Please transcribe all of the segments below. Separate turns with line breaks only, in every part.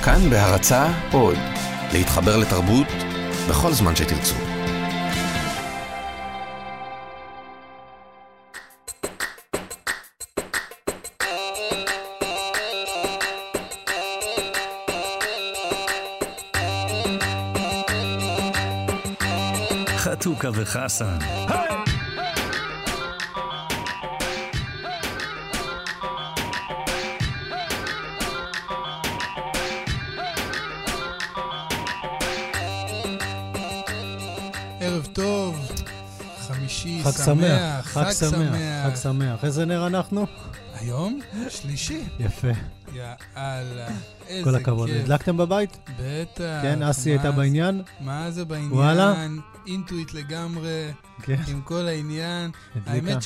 כאן בהרצאה עוד, להתחבר לתרבות בכל זמן שתרצו.
חתוכה וחסן.
ערב טוב, חמישי,
חג שמח,
חג שמח.
חג שמח. איזה נר אנחנו?
היום? שלישי.
יפה.
יאללה, איזה
כל הכבוד.
כיף.
הדלקתם בבית?
בטח.
כן, אסי הייתה בעניין?
מה זה בעניין?
וואלה?
אינטואיט לגמרי,
כן.
עם כל העניין.
הדליקה.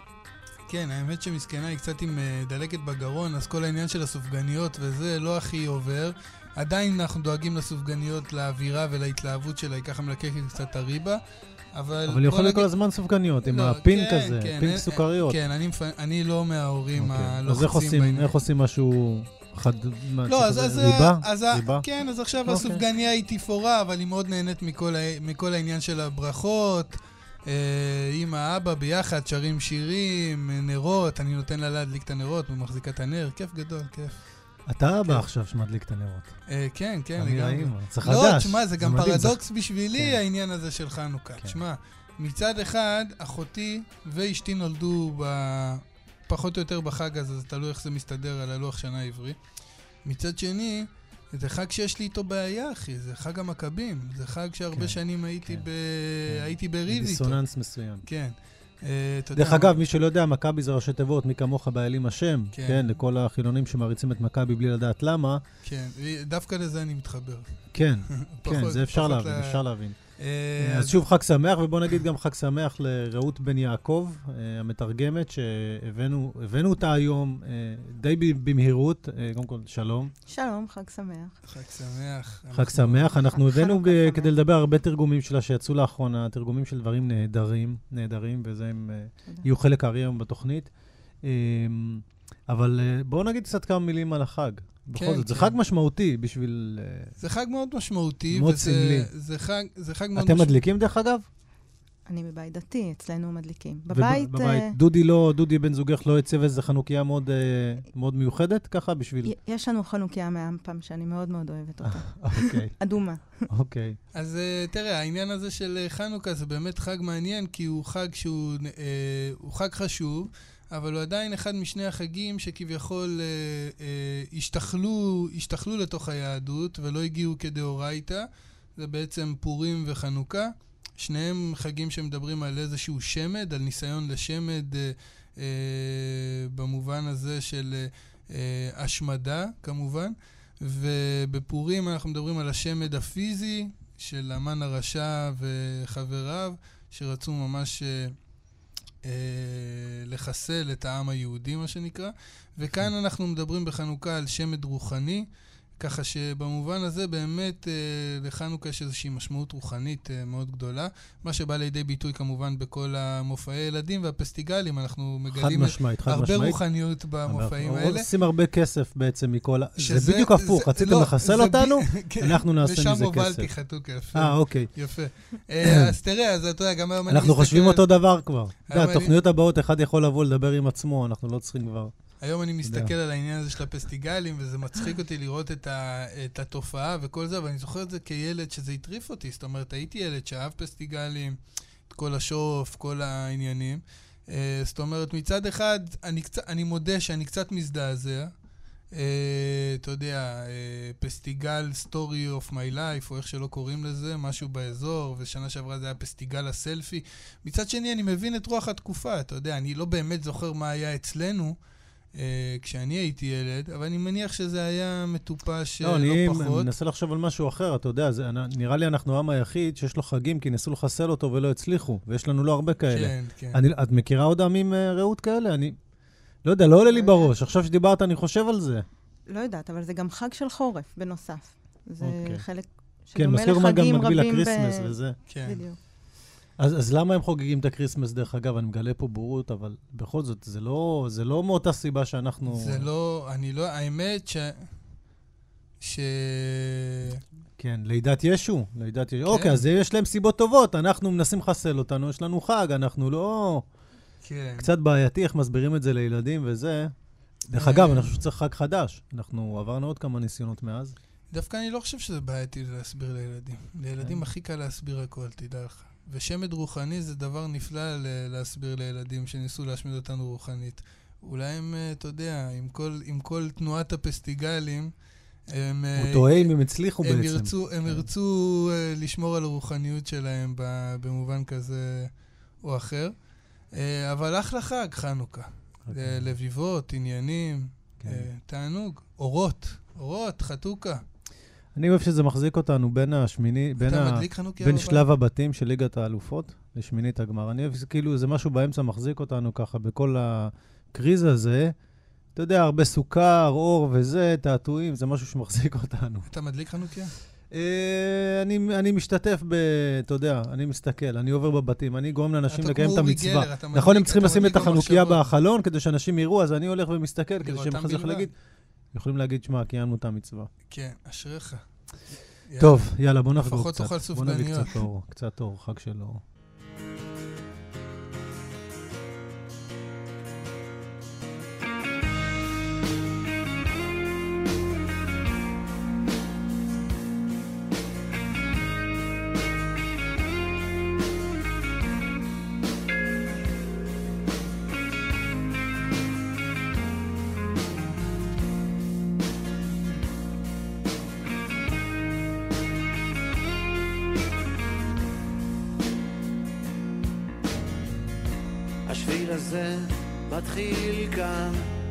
כן, האמת שמסכנה היא קצת עם דלקת בגרון, אז כל העניין של הסופגניות וזה לא הכי עובר. עדיין אנחנו דואגים לסופגניות, לאווירה ולהתלהבות שלה, היא ככה מלקקת קצת הריבה. אבל
היא אוכלת כל הזמן סופגניות, עם הפינק הזה, פינק סוכריות.
כן, אני לא מההורים הלא
אז איך עושים משהו חד...
לא,
ריבה?
כן, אז עכשיו הסופגניה היא תפאורה, אבל היא מאוד נהנית מכל העניין של הברכות. אמא, אבא ביחד, שרים שירים, נרות, אני נותן לה להדליק את הנרות, ומחזיקה את הנר, כיף גדול, כיף.
אתה אבא עכשיו שמדליק את הנרות.
כן,
לגמרי. זה חדש.
לא, תשמע, זה גם פרדוקס בשבילי העניין הזה של חנוכה. תשמע, מצד אחד, אחותי ואשתי נולדו פחות או יותר בחג הזה, זה תלוי איך זה מסתדר על הלוח שנה העברי. מצד שני, זה חג שיש לי איתו בעיה, אחי, זה חג המכבים. זה חג שהרבה שנים הייתי בריב איתו.
דיסוננס מסוים.
כן.
דרך אגב, מי שלא יודע, מכבי זה ראשי תיבות, מי כמוך בעלים השם, כן, לכל החילונים שמריצים את מכבי בלי לדעת למה.
כן, דווקא לזה אני מתחבר.
כן, כן, זה אפשר להבין. אז שוב חג שמח, ובוא נגיד גם חג שמח לרעות בן יעקב, המתרגמת, שהבאנו אותה היום די במהירות. קודם כל, שלום.
שלום, חג שמח.
חג שמח.
חג שמח. אנחנו הבאנו כדי לדבר הרבה תרגומים שלה שיצאו לאחרונה, תרגומים של דברים נהדרים, וזה הם יהיו חלק הארי היום בתוכנית. אבל בואו נגיד קצת כמה מילים על החג. בכל זאת, זה חג משמעותי בשביל...
זה חג מאוד משמעותי.
מאוד סמלי.
זה חג מאוד משמעותי.
אתם מדליקים דרך אגב?
אני בבית דתי, אצלנו מדליקים.
בבית? דודי בן זוגך לא יצא איזה חנוכיה מאוד מיוחדת ככה בשביל...
יש לנו חנוכיה מהפעם שאני מאוד מאוד אוהבת אותה.
אוקיי.
אדומה.
אוקיי.
אז תראה, העניין הזה של חנוכה זה באמת חג מעניין, כי הוא חג שהוא חג חשוב, אבל הוא עדיין אחד משני החגים שכביכול השתחלו לתוך היהדות ולא הגיעו כדאורייתא. זה בעצם פורים וחנוכה. שניהם חגים שמדברים על איזשהו שמד, על ניסיון לשמד במובן הזה של השמדה כמובן. ובפורים אנחנו מדברים על השמד הפיזי של המן הרשע וחבריו שרצו ממש... לחסל את העם היהודי, מה שנקרא. וכאן אנחנו מדברים בחנוכה על שמד רוחני, ככה שבמובן הזה באמת לחנוכה יש איזושהי משמעות רוחנית מאוד גדולה, מה שבא לידי ביטוי כמובן בכל המופעי ילדים והפסטיגלים, אנחנו מגלים הרבה רוחניות במופעים האלה.
עושים הרבה כסף בעצם מכל... זה בדיוק הפוך, רציתם לחסל אותנו? אנחנו נעשה מזה כסף.
ושם הובלתי חתוכה, יפה.
אוקיי.
יפה. אז תראה, אז אתה יודע, גם היום אני
אנחנו חושבים אותו דבר כבר. התוכניות הבאות, אחד יכול לבוא לדבר עם עצמו, אנחנו לא צריכים כבר...
היום אני מסתכל על העניין הזה של הפסטיגלים, וזה מצחיק אותי לראות את התופעה וכל זה, אבל אני זוכר את זה כילד שזה הטריף אותי. זאת אומרת, הייתי ילד שאהב פסטיגלים, את כל השוף, כל העניינים. זאת אומרת, מצד אחד, אני מודה שאני קצת מזדעזע. אתה יודע, פסטיגל Story of my life, או איך שלא קוראים לזה, משהו באזור, ושנה שעברה זה היה פסטיגל הסלפי. מצד שני, אני מבין את רוח התקופה, אתה יודע, אני לא באמת זוכר מה היה אצלנו, כשאני הייתי ילד, אבל אני מניח שזה היה מטופש לא פחות.
אני מנסה לחשוב על משהו אחר, אתה יודע, נראה לי אנחנו העם היחיד שיש לו חגים, כי ניסו לחסל אותו ולא הצליחו, ויש לנו לא הרבה כאלה.
כן, כן.
את מכירה עוד עמים רעות כאלה? אני לא יודע, לא עולה לי בראש. עכשיו שדיברת, אני חושב על זה.
לא יודעת, אבל זה גם חג של חורף, בנוסף. זה חלק
כן, מזכיר גם מקביל לקריסמס וזה.
כן.
בדיוק.
אז למה הם חוגגים את הקריסמס דרך אגב? אני מגלה פה בורות, אבל בכל זאת, זה לא מאותה סיבה שאנחנו...
זה לא, האמת
כן, לידת ישו. אוקיי, אז יש להם סיבות טובות, אנחנו מנסים לחסל אותנו, יש לנו חג, אנחנו לא...
כן.
קצת בעייתי איך מסבירים את זה לילדים וזה. דרך אגב, אני חושב שצריך חג חדש. אנחנו עברנו עוד כמה ניסיונות מאז.
דווקא אני לא חושב שזה בעייתי להסביר לילדים. לילדים הכי קל להסביר הכל, תדע לך. ושמד רוחני זה דבר נפלא להסביר לילדים שניסו להשמיד אותנו רוחנית. אולי הם, אתה יודע, עם כל תנועת הפסטיגלים,
הוא טועה אם הם הצליחו בעצם.
הם ירצו לשמור על הרוחניות שלהם במובן כזה או אחר. אבל אחלה חג, חנוכה. לביבות, עניינים, תענוג, אורות, חתוכה.
אני אוהב שזה מחזיק אותנו בין שלב הבתים של ליגת האלופות לשמינית הגמר. אני אוהב כאילו זה משהו באמצע מחזיק אותנו ככה בכל הקריז הזה. אתה יודע, הרבה סוכר, אור וזה, תעתועים, זה משהו שמחזיק אותנו.
אתה מדליק חנוכיה?
אני משתתף אתה יודע, אני מסתכל, אני עובר בבתים, אני גורם לאנשים לקיים את המצווה. נכון, הם צריכים לשים את החנוכיה בחלון כדי שאנשים יראו, אז אני הולך ומסתכל כדי שהם יכולים להגיד, שמה, קיימנו את המצווה.
כן, אשריך.
טוב, יאללה, בוא נחגוג
לפחות תאכל סופגניות.
בוא נביא קצת אור, חג של אור.
השביל הזה מתחיל כאן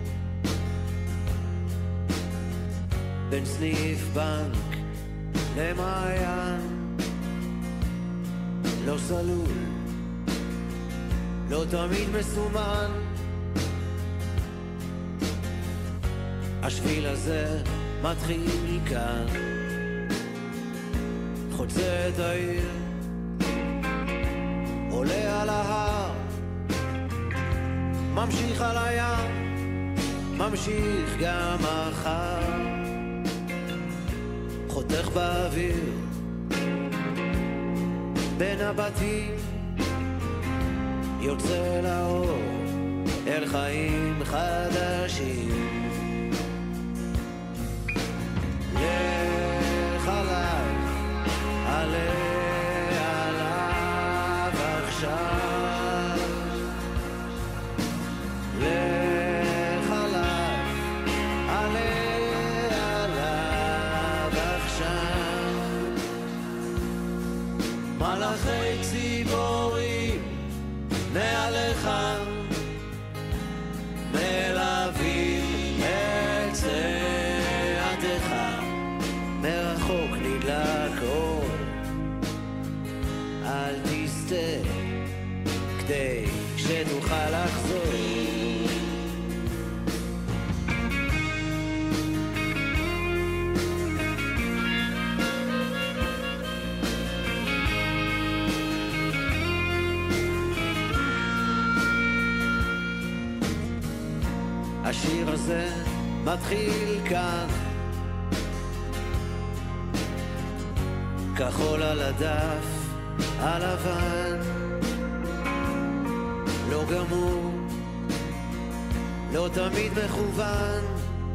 בין סניף בנק למעיין, לא סלול, לא תמיד מסומן. השביל הזה מתחיל כאן, חוצה את העיר, עולה על ההר, ממשיך על הים, ממשיך גם מחר, חותך באוויר בין הבתים, יוצא לאור אל חיים חדשים. לך עליי, עלה עליו עכשיו, מלאכי ציבורים מעליך מלווים את צעדיך, מרחוק נדלק אור, אל תסתה כדי שתוכל לחזור. השיר הזה מתחיל כאן, כחול על הדף הלבן, לא גמור, לא תמיד מכוון.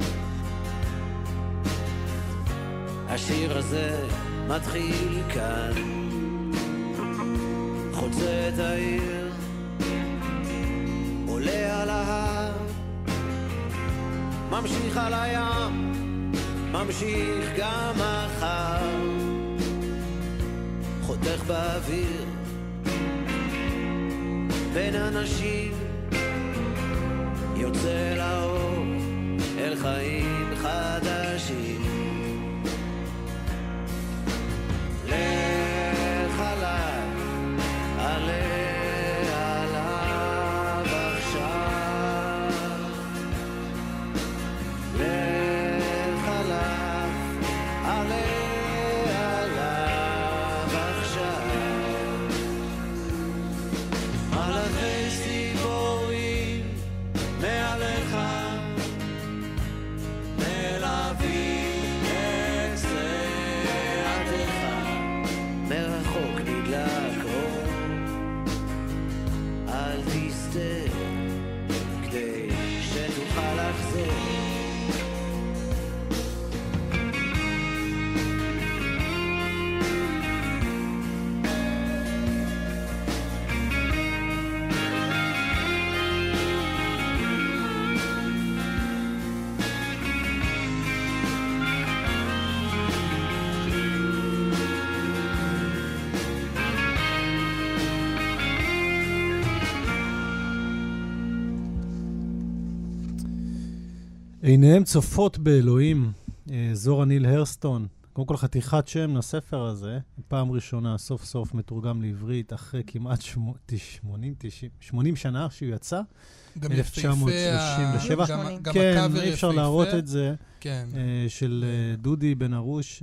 השיר הזה מתחיל כאן, חוצה את העיר, עולה על ההר, ממשיך על הים, ממשיך גם מחר, חותך באוויר בין אנשים, יוצא לאור אל חיים חדשים. לך עליי, עלה מעליך מלווים
עיניהם צופות באלוהים, זורה ניל הרסטון. קודם כל חתיכת שם לספר הזה, פעם ראשונה סוף סוף מתורגם לעברית, אחרי כמעט 80 שנה שהוא יצא.
גם
1937.
גם
כן,
הקאבר
אי אפשר
יפהפה.
להראות את זה.
כן.
של דודי בן ארוש.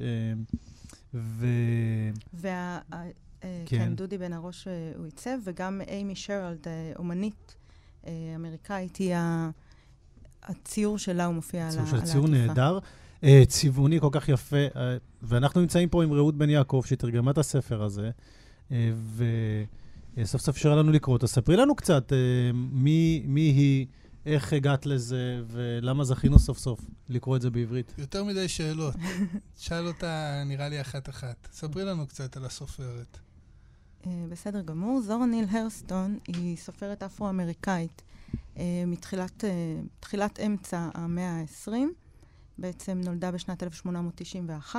כן, דודי בן ארוש הוא עיצב, וגם אימי שרלד, אומנית אמריקאית, היא הציור שלה, הוא מופיע על העטיפה.
ציור נהדר. צבעוני כל כך יפה, ואנחנו נמצאים פה עם רעות בן יעקב, שתרגמה את הספר הזה, וסוף סוף אפשר לנו לקרוא. אז ספרי לנו קצת מי היא, איך הגעת לזה, ולמה זכינו סוף סוף לקרוא את זה בעברית.
יותר מדי שאלות. שאל אותה, נראה לי אחת. ספרי לנו קצת על הסופרת.
בסדר גמור. זורה ניל הרסטון היא סופרת אפרו-אמריקאית, מתחילת אמצע המאה ה-20, בעצם נולדה בשנת 1891,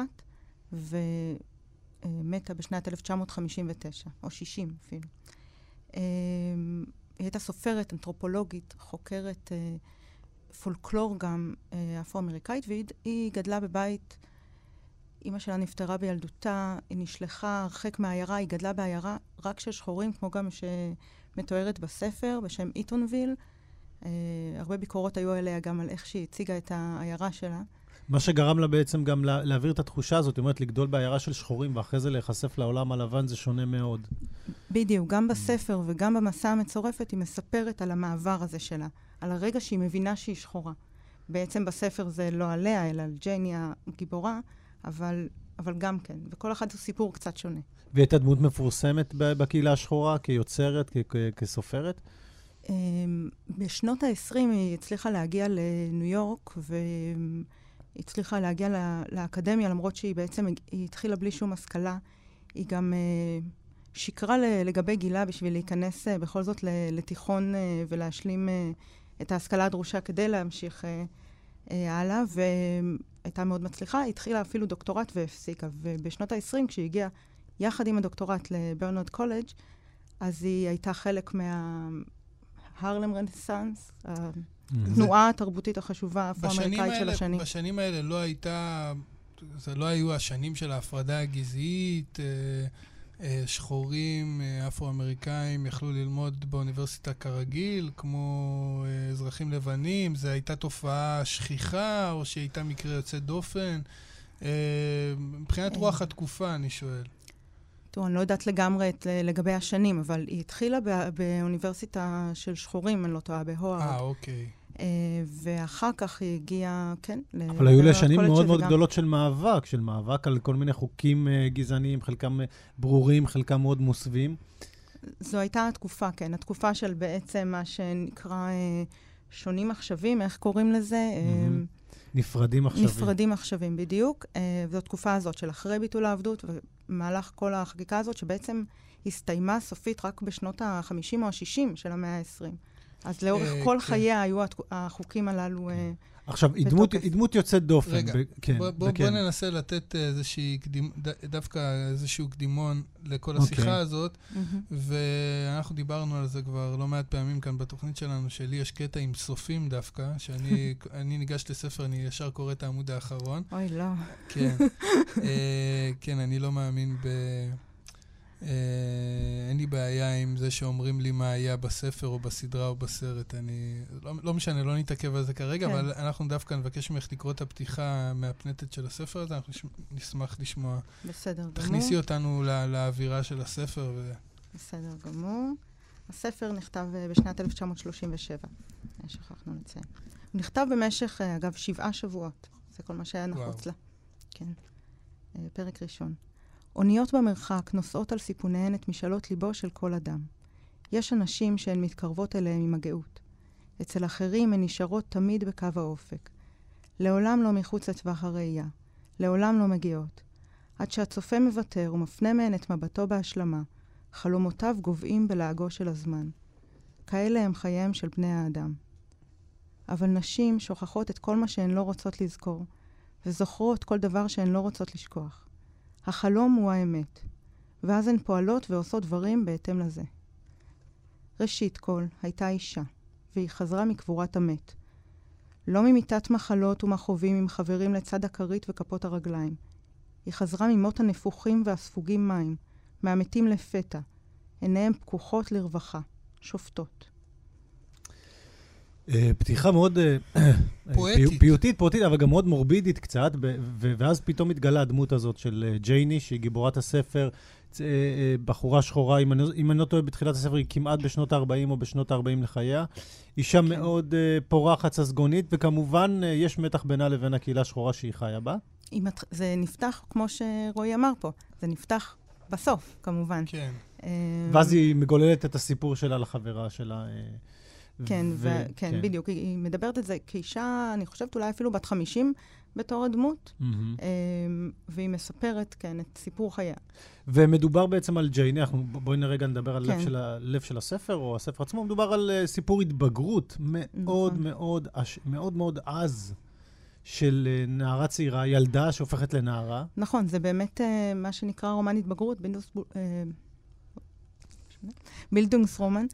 ומתה בשנת 1959, או 60 אפילו. היא הייתה סופרת, אנתרופולוגית, חוקרת פולקלור גם אפרו-אמריקאית, והיא גדלה בבית, אמא שלה נפטרה בילדותה, היא נשלחה הרחק מהעיירה, היא גדלה בעיירה רק של שחורים, כמו גם שמתוארת בספר, בשם איתונוויל. הרבה ביקורות היו עליה גם על איך שהיא הציגה את העיירה שלה.
מה שגרם לה בעצם גם להעביר את התחושה הזאת, זאת אומרת, לגדול בעיירה של שחורים, ואחרי זה להיחשף לעולם הלבן, זה שונה מאוד.
בדיוק, גם בספר וגם במסע המצורפת, היא מספרת על המעבר הזה שלה, על הרגע שהיא מבינה שהיא שחורה. בעצם בספר זה לא עליה, אלא על ג'ייני הגיבורה, אבל גם כן. וכל אחד הוא סיפור קצת שונה.
והייתה דמות מפורסמת בקהילה השחורה, כיוצרת, כסופרת?
בשנות ה-20 היא הצליחה להגיע לניו יורק, הצליחה להגיע לאקדמיה, למרות שהיא בעצם, היא התחילה בלי שום השכלה. היא גם שיקרה לגבי גילה בשביל להיכנס בכל זאת לתיכון ולהשלים את ההשכלה הדרושה כדי להמשיך הלאה, והייתה מאוד מצליחה. היא התחילה אפילו דוקטורט והפסיקה, ובשנות ה-20, כשהיא הגיעה יחד עם הדוקטורט לברנרד קולג', אז היא הייתה חלק מההרלם רנסאנס, התנועה התרבותית החשובה האפרו-אמריקאית של השנים.
בשנים האלה לא הייתה, זה לא היו השנים של ההפרדה הגזעית, שחורים, אפרו-אמריקאים יכלו ללמוד באוניברסיטה כרגיל, כמו אזרחים לבנים, זה הייתה תופעה שכיחה, או שהייתה מקרה יוצא דופן. מבחינת רוח התקופה, אני שואל.
אני לא יודעת לגמרי לגבי השנים, אבל היא התחילה באוניברסיטה של שחורים, אני לא טועה, בהוארד.
אוקיי.
ואחר כך היא הגיעה, כן,
אבל היו לה שנים מאוד מאוד גדולות של מאבק על כל מיני חוקים גזעניים, חלקם ברורים, חלקם מאוד מוסווים.
זו הייתה התקופה, כן, התקופה של בעצם מה שנקרא שונים עכשווים, איך קוראים לזה?
נפרדים עכשווים.
נפרדים עכשווים, בדיוק. זו התקופה הזאת של אחרי ביטול העבדות, ומהלך כל החקיקה הזאת, שבעצם הסתיימה סופית רק בשנות ה-50 או ה-60 של המאה ה-20. אז לאורך כל חייה היו החוקים הללו
עכשיו, היא דמות יוצאת דופן.
רגע, בוא ננסה לתת דווקא איזשהו קדימון לכל השיחה הזאת, ואנחנו דיברנו על זה כבר לא מעט פעמים כאן בתוכנית שלנו, שלי יש קטע עם סופים דווקא, שאני ניגש לספר, אני ישר קורא את העמוד האחרון.
אוי, לא.
כן. כן, אני לא מאמין אין לי בעיה עם זה שאומרים לי מה היה בספר או בסדרה או בסרט. לא משנה, לא נתעכב על זה כרגע, אבל אנחנו דווקא נבקש ממך לקרוא את הפתיחה מהפנטת של הספר הזה, אנחנו נשמח לשמוע.
בסדר גמור.
תכניסי אותנו לאווירה של הספר.
בסדר גמור. הספר נכתב בשנת 1937, שכחנו לציין. הוא נכתב במשך, אגב, 7 שבועות. זה כל מה שהיה נחוץ לה. כן. פרק ראשון. אוניות במרחק נושאות על סיפוניהן את משאלות ליבו של כל אדם. יש אנשים שהן מתקרבות אליהם עם הגאות. אצל אחרים הן נשארות תמיד בקו האופק. לעולם לא מחוץ לטווח הראייה. לעולם לא מגיעות. עד שהצופה מוותר ומפנה מהן את מבטו בהשלמה, חלומותיו גובעים בלעגו של הזמן. כאלה הם חייהם של בני האדם. אבל נשים שוכחות את כל מה שהן לא רוצות לזכור, וזוכרות כל דבר שהן לא רוצות לשכוח. החלום הוא האמת, ואז הן פועלות ועושות דברים בהתאם לזה. ראשית כל, הייתה אישה, והיא חזרה מקבורת המת. לא ממיטת מחלות ומחובים עם חברים לצד הכרית וכפות הרגליים. היא חזרה ממות הנפוחים והספוגים מים, מהמתים לפתע, עיניהם פקוחות לרווחה, שופטות.
פתיחה מאוד פיוטית, אבל גם מאוד מורבידית קצת, ואז פתאום התגלה הדמות הזאת של ג'ייני, שהיא גיבורת הספר, בחורה שחורה, אם אני לא טועה בתחילת הספר, היא כמעט בשנות ה-40 או בשנות ה-40 לחייה. אישה מאוד פורחת, ססגונית, וכמובן יש מתח בינה לבין הקהילה השחורה שהיא חיה בה.
זה נפתח, כמו שרועי אמר פה, זה נפתח בסוף, כמובן.
כן.
ואז היא מגוללת את הסיפור שלה לחברה שלה.
כן, כן, בדיוק. היא מדברת את זה כאישה, אני חושבת אולי אפילו בת 50 בתור הדמות, והיא מספרת, כן, את סיפור חייה.
ומדובר בעצם על ג'ייני, בואי נרגע נדבר על לב של הספר, או הספר עצמו, מדובר על סיפור התבגרות מאוד מאוד מאוד מאוד עז של נערה צעירה, ילדה שהופכת לנערה. נכון,
זה באמת מה שנקרא רומן התבגרות, בילדונגסרומן,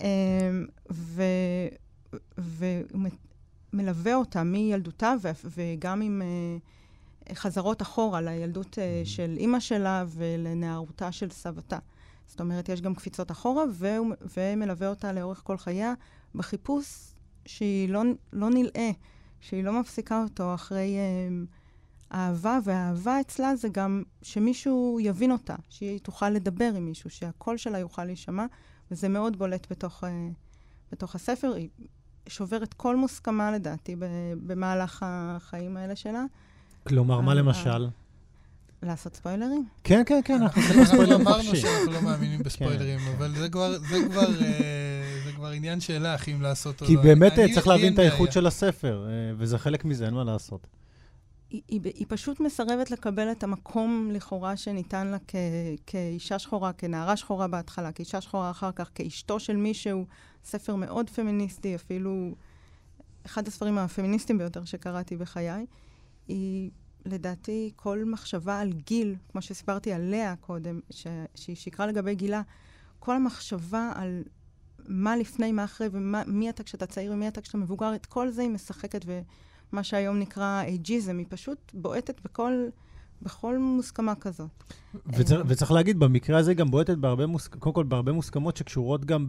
ומלווה אותה מילדותה, וגם עם חזרות אחורה לילדות של אימא שלה ולנערותה של סבתה. זאת אומרת, יש גם קפיצות אחורה, ומלווה אותה לאורך כל חייה בחיפוש שהיא לא נלאה, שהיא לא מפסיקה אותו אחרי אהבה, והאהבה אצלה זה גם שמישהו יבין אותה, שהיא תוכל לדבר עם מישהו, שהקול שלה יוכל להישמע, וזה מאוד בולט בתוך הספר. היא שוברת כל מוסכמה לדעתי במהלך החיים האלה שלה.
כלומר, מה למשל?
לעשות ספוילרים?
כן, אנחנו עושים ספוילרים.
אמרנו שאנחנו לא מאמינים בספוילרים, אבל זה כבר עניין שאלה, אם לעשות או לא.
כי באמת צריך להבין את האיכות של הספר, וזה חלק מזה, אין מה לעשות.
היא פשוט מסרבת לקבל את המקום לכאורה שניתן לה כאישה שחורה, כנערה שחורה בהתחלה, כאישה שחורה אחר כך, כאשתו של מישהו, ספר מאוד פמיניסטי, אפילו אחד הספרים הפמיניסטיים ביותר שקראתי בחיי. היא, לדעתי, כל מחשבה על גיל, כמו שסיפרתי עליה קודם, שהיא שיקרה לגבי גילה, כל המחשבה על מה לפני, מה אחרי, ומי אתה כשאתה צעיר ומי אתה כשאתה מבוגר, את כל זה היא משחקת מה שהיום נקרא אייג'יזם, היא פשוט בועטת בכל מוסכמה כזאת.
וצריך להגיד, במקרה הזה גם בועטת קודם כל בהרבה מוסכמות שקשורות גם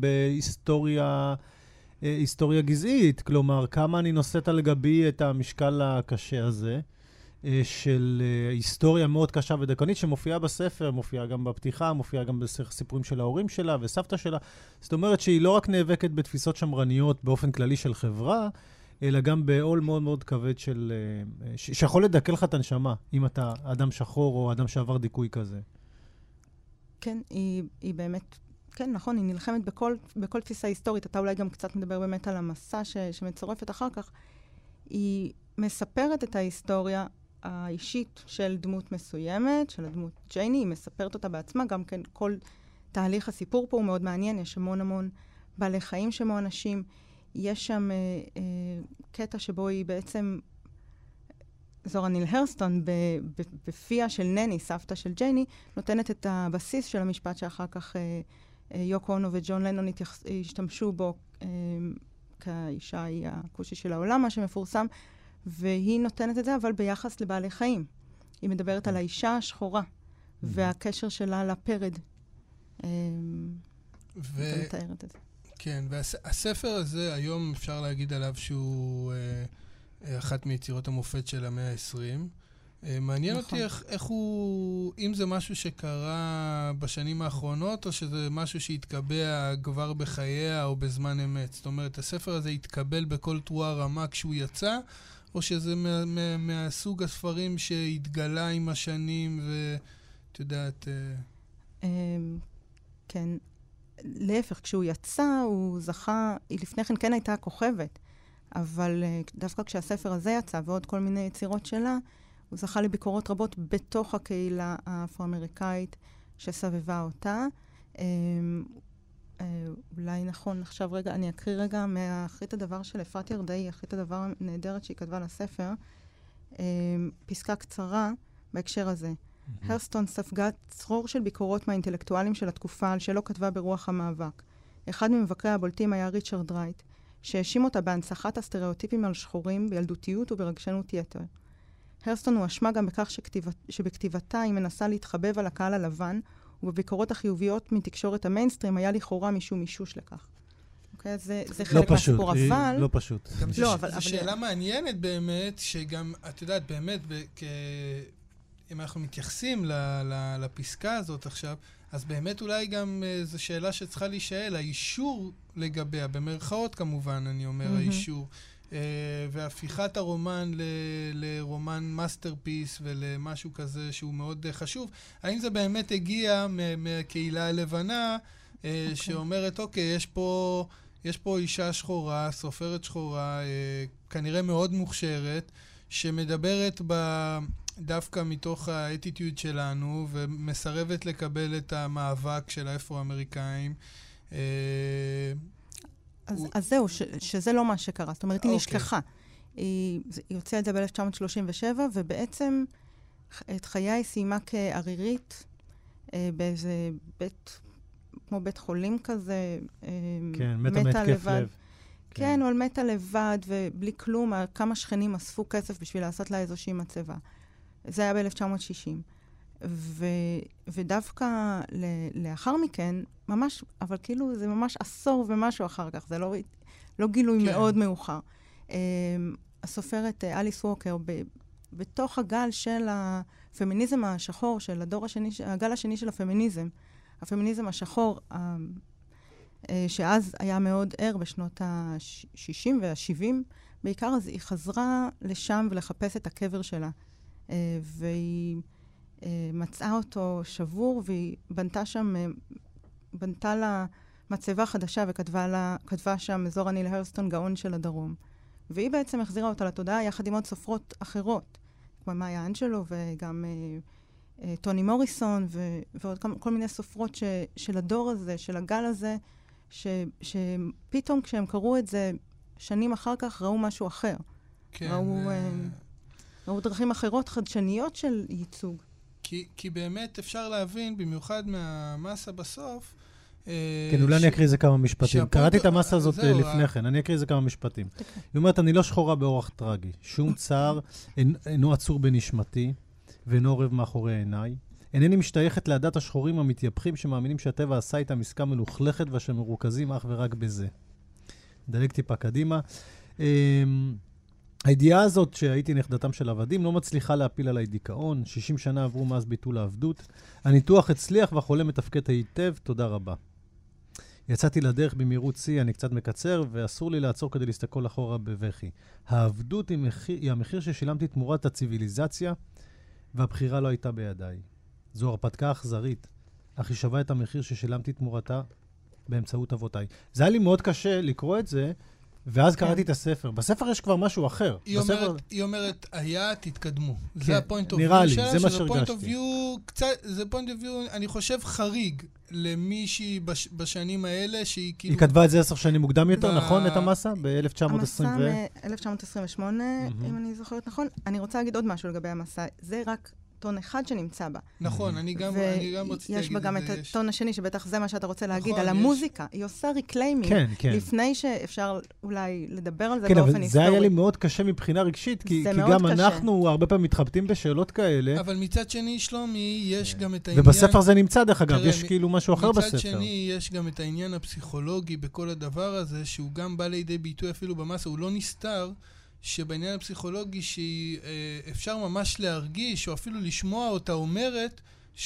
בהיסטוריה גזעית, כלומר, כמה אני נושאת על גבי את המשקל הקשה הזה, של היסטוריה מאוד קשה ודקנית, שמופיעה בספר, מופיעה גם בפתיחה, מופיעה גם בסיפורים של ההורים שלה וסבתא שלה. זאת אומרת שהיא לא רק נאבקת בתפיסות שמרניות באופן כללי של חברה, אלא גם בעול מאוד מאוד כבד שיכול לדקל לך את הנשמה, אם אתה אדם שחור או אדם שעבר דיכוי כזה.
כן, היא באמת, כן, נכון, היא נלחמת בכל תפיסה היסטורית. אתה אולי גם קצת מדבר באמת על המסע שמצורפת אחר כך. היא מספרת את ההיסטוריה האישית של דמות מסוימת, של הדמות ג'ייני, היא מספרת אותה בעצמה, גם כן כל תהליך הסיפור פה הוא מאוד מעניין, יש המון בעלי חיים שמו אנשים, יש שם קטע שבו היא בעצם, זורה ניל הרסטון, בפיה של נני, סבתא של ג'ייני, נותנת את הבסיס של המשפט שאחר כך יוקו אונו וג'ון לנון השתמשו בו כאישה, היא הקושי של העולם, מה שמפורסם, והיא נותנת את זה, אבל ביחס לבעלי חיים. היא מדברת על האישה השחורה, והקשר שלה לפרד. ומתארת את זה.
כן, והספר הזה, היום אפשר להגיד עליו שהוא אחת מיצירות המופת של המאה ה-20. מעניין אותי איך הוא, אם זה משהו שקרה בשנים האחרונות, או שזה משהו שהתקבע כבר בחייה או בזמן אמת. זאת אומרת, הספר הזה התקבל בכל תרועה רמה כשהוא יצא, או שזה מהסוג הספרים שהתגלה עם השנים, ואת יודעת...
כן. להפך, כשהוא יצא, הוא זכה, היא לפני כן הייתה כוכבת, אבל דווקא כשהספר הזה יצא, ועוד כל מיני יצירות שלה, הוא זכה לביקורות רבות בתוך הקהילה האפרו-אמריקאית שסבבה אותה. אולי נכון, עכשיו רגע, אני אקריא רגע מאחרית הדבר של אפרת ירדאי, אחרית הדבר נהדרת שהיא כתבה לספר, פסקה קצרה בהקשר הזה. הרסטון ספגה צרור של ביקורות מהאינטלקטואלים של התקופה על שלא כתבה ברוח המאבק. אחד ממבקרי הבולטים היה ריצ'רד רייט, שהאשים אותה בהנצחת הסטריאוטיפים על שחורים, בילדותיות וברגשנות יתר. הרסטון הואשמה גם בכך שבכתיבתה היא מנסה להתחבב על הקהל הלבן, ובביקורות החיוביות מתקשורת המיינסטרים היה לכאורה משום מישוש לכך. אוקיי, זה חלק מהסיפור, אבל...
לא פשוט.
זו שאלה מעניינת באמת, שגם, את יודעת, באמת, אם אנחנו מתייחסים לפסקה הזאת עכשיו, אז באמת אולי גם זו שאלה שצריכה להישאל, האישור לגביה, במרכאות כמובן, אני אומר, האישור, והפיכת הרומן לרומן מאסטרפיס ולמשהו כזה שהוא מאוד חשוב. האם זה באמת הגיע מהקהילה הלבנה, שאומרת, אוקיי, יש פה אישה שחורה, סופרת שחורה, כנראה מאוד מוכשרת, שמדברת דווקא מתוך האטיטיוד שלנו, ומסרבת לקבל את המאבק של האפרו-אמריקאים.
אז זהו, שזה לא מה שקרה. זאת אומרת, היא נשכחה. היא יוצאה את זה ב-1937, ובעצם את חייה היא סיימה כערירית, באיזה כמו בית חולים כזה.
כן, מתה מהתקף לב.
כן, אבל מתה לבד, ובלי כלום, כמה שכנים אספו כסף בשביל לעשות לה איזושהי מצבה. זה היה ב-1960. ודווקא לאחר מכן, ממש, אבל כאילו זה ממש עשור ומשהו אחר כך, זה לא גילוי מאוד מאוחר. הסופרת אליס ווקר, בתוך הגל של הפמיניזם השחור, של הדור השני, הגל השני של הפמיניזם השחור, שאז היה מאוד ער בשנות ה-60 וה-70, בעיקר אז היא חזרה לשם ולחפש את הקבר שלה. והיא מצאה אותו שבור, והיא בנתה לה מצבה חדשה, וכתבה שם אזור הניל הרסטון גאון של הדרום. והיא בעצם החזירה אותה לתודעה יחד עם עוד סופרות אחרות, כמו מאיה אנג'לו וגם טוני מוריסון, ועוד כל מיני סופרות של הדור הזה, של הגל הזה, שפתאום כשהם קראו את זה שנים אחר כך, ראו משהו אחר.
כן.
ראו דרכים אחרות, חדשניות של ייצוג.
כי באמת אפשר להבין, במיוחד מהמסה בסוף,
כן, אולי אני אקריא איזה כמה משפטים. קראתי את המסה הזאת לפני כן, אני אקריא איזה כמה משפטים. היא אומרת, אני לא שחורה באורח טרגי. שום צער אינו עצור בנשמתי, ואינו עורב מאחורי עיניי. אינני משתייכת לעדת השחורים המתייפחים שמאמינים שהטבע עשה איתם עסקה מלוכלכת ושהם מרוכזים אך ורק בזה. דלג טיפה קדימה. הידיעה הזאת שהייתי נכדתם של עבדים לא מצליחה להפיל עליי דיכאון. 60 שנה עברו מאז ביטול העבדות. הניתוח הצליח והחולה מתפקד היטב. תודה רבה. יצאתי לדרך במהירות שיא, אני קצת מקצר, ואסור לי לעצור כדי להסתכל אחורה בבכי. העבדות היא המחיר ששילמתי תמורת הציביליזציה, והבחירה לא הייתה בידיי. זו הרפתקה אכזרית, אך היא שווה את המחיר ששילמתי תמורתה באמצעות אבותיי. זה היה לי מאוד קשה לקרוא את זה, ואז קראתי את הספר. בספר יש כבר משהו אחר.
היא אומרת, היה, תתקדמו. זה הפוינט אוף
ויו
שלה,
זה מה שהרגשתי.
זה פוינט אוף ויו, אני חושב, חריג למישהי בשנים האלה, שהיא כאילו...
היא כתבה את זה 10 שנים מוקדם יותר, נכון? את המסה? ב-1920
המסה מ-1928, אם אני זוכרת נכון. אני רוצה להגיד עוד משהו לגבי המסה. זה רק טון אחד שנמצא בה.
נכון, אני גם רציתי להגיד את זה.
ויש בה גם את הטון השני, שבטח זה מה שאתה רוצה להגיד, על המוזיקה. היא עושה ריקליימינג, לפני שאפשר אולי לדבר על זה באופן היסטורי.
זה היה לי מאוד קשה מבחינה רגשית, כי גם אנחנו הרבה פעמים מתחבטים בשאלות כאלה.
אבל מצד שני, שלומי, יש גם את העניין...
ובספר זה נמצא, דרך אגב, יש כאילו משהו אחר בספר.
מצד שני, יש גם את העניין הפסיכולוגי בכל הדבר הזה, שהוא גם בא לידי ביטוי אפילו במסה, הוא לא נסתר, שבעניין הפסיכולוגי שאפשר ממש להרגיש, או אפילו לשמוע אותה אומרת,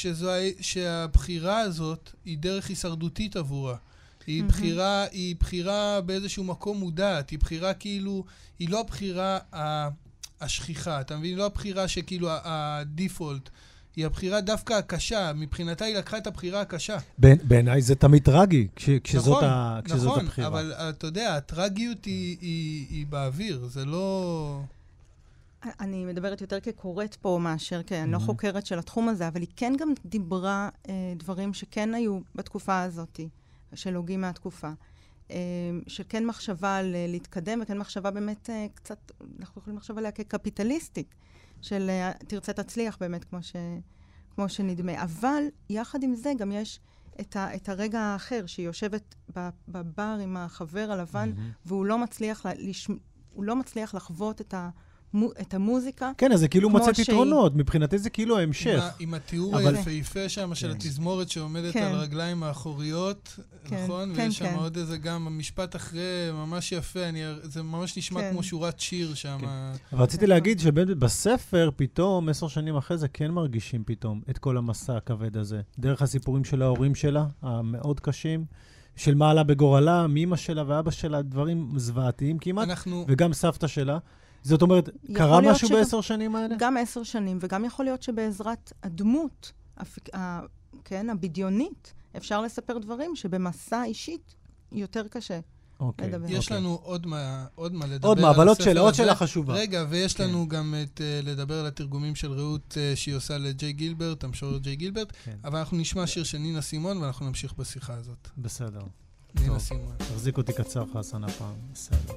שהבחירה הזאת היא דרך הישרדותית עבורה. היא בחירה באיזשהו מקום מודעת, היא בחירה כאילו, היא לא הבחירה השכיחה, אתה מבין? היא לא הבחירה שכאילו הדיפולט, היא הבחירה דווקא הקשה, מבחינתה היא לקחה את הבחירה הקשה.
בעיניי זה תמיד טרגי, כשזאת הבחירה.
נכון, אבל אתה יודע, הטרגיות היא באוויר, זה לא...
אני מדברת יותר כקוראת פה מאשר, כי אני לא חוקרת של התחום הזה, אבל היא כן גם דיברה דברים שכן היו בתקופה הזאת, של הוגים מהתקופה. שכן מחשבה על להתקדם, וכן מחשבה באמת קצת, אנחנו יכולים לחשוב עליה כקפיטליסטית, של תרצה תצליח באמת כמו שנדמה. אבל יחד עם זה גם יש את הרגע האחר, שהיא יושבת בבר עם החבר הלבן, והוא לא מצליח לחוות את המוזיקה.
כן, אז זה כאילו מצא פתרונות, מבחינתי זה כאילו ההמשך.
עם התיאור היפהפה שם של התזמורת שעומדת על הרגליים האחוריות, נכון? ויש שם עוד איזה גם המשפט אחרי, ממש יפה, זה ממש נשמע כמו שורת שיר שם.
רציתי להגיד שבספר פתאום, 10 שנים אחרי זה, כן מרגישים פתאום את כל המסע הכבד הזה. דרך הסיפורים של ההורים שלה, המאוד קשים, של מה עלה בגורלה, מאמא שלה ואבא שלה, דברים זוועתיים כמעט, וגם סבתא שלה. זאת אומרת, קרה משהו ב10 שנים האלה?
גם 10 שנים, וגם יכול להיות שבעזרת הדמות, הבדיונית, אפשר לספר דברים שבמסע אישית יותר קשה לדבר.
יש לנו עוד מה לדבר.
עוד מה, אבל עוד שאלה חשובה.
רגע, ויש לנו גם לדבר על התרגומים של רעות שהיא עושה לג'יי גילברט, המשורר ג'יי גילברט, אבל אנחנו נשמע שיר של נינה סימון, ואנחנו נמשיך בשיחה הזאת.
בסדר.
נינה סימון.
תחזיק אותי קצר חסן הפעם. בסדר.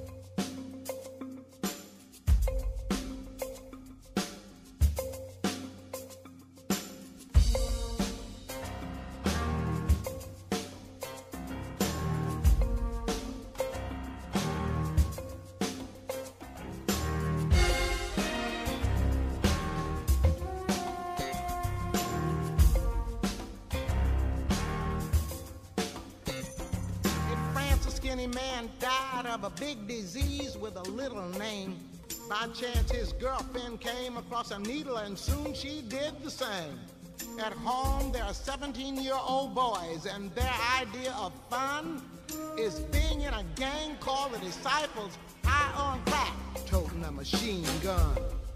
By chance, his girlfriend came across a needle and soon she did the same. At home, there are 17-year-old boys and their idea of fun is being in a gang called the Disciples, high on crack, toting a machine gun.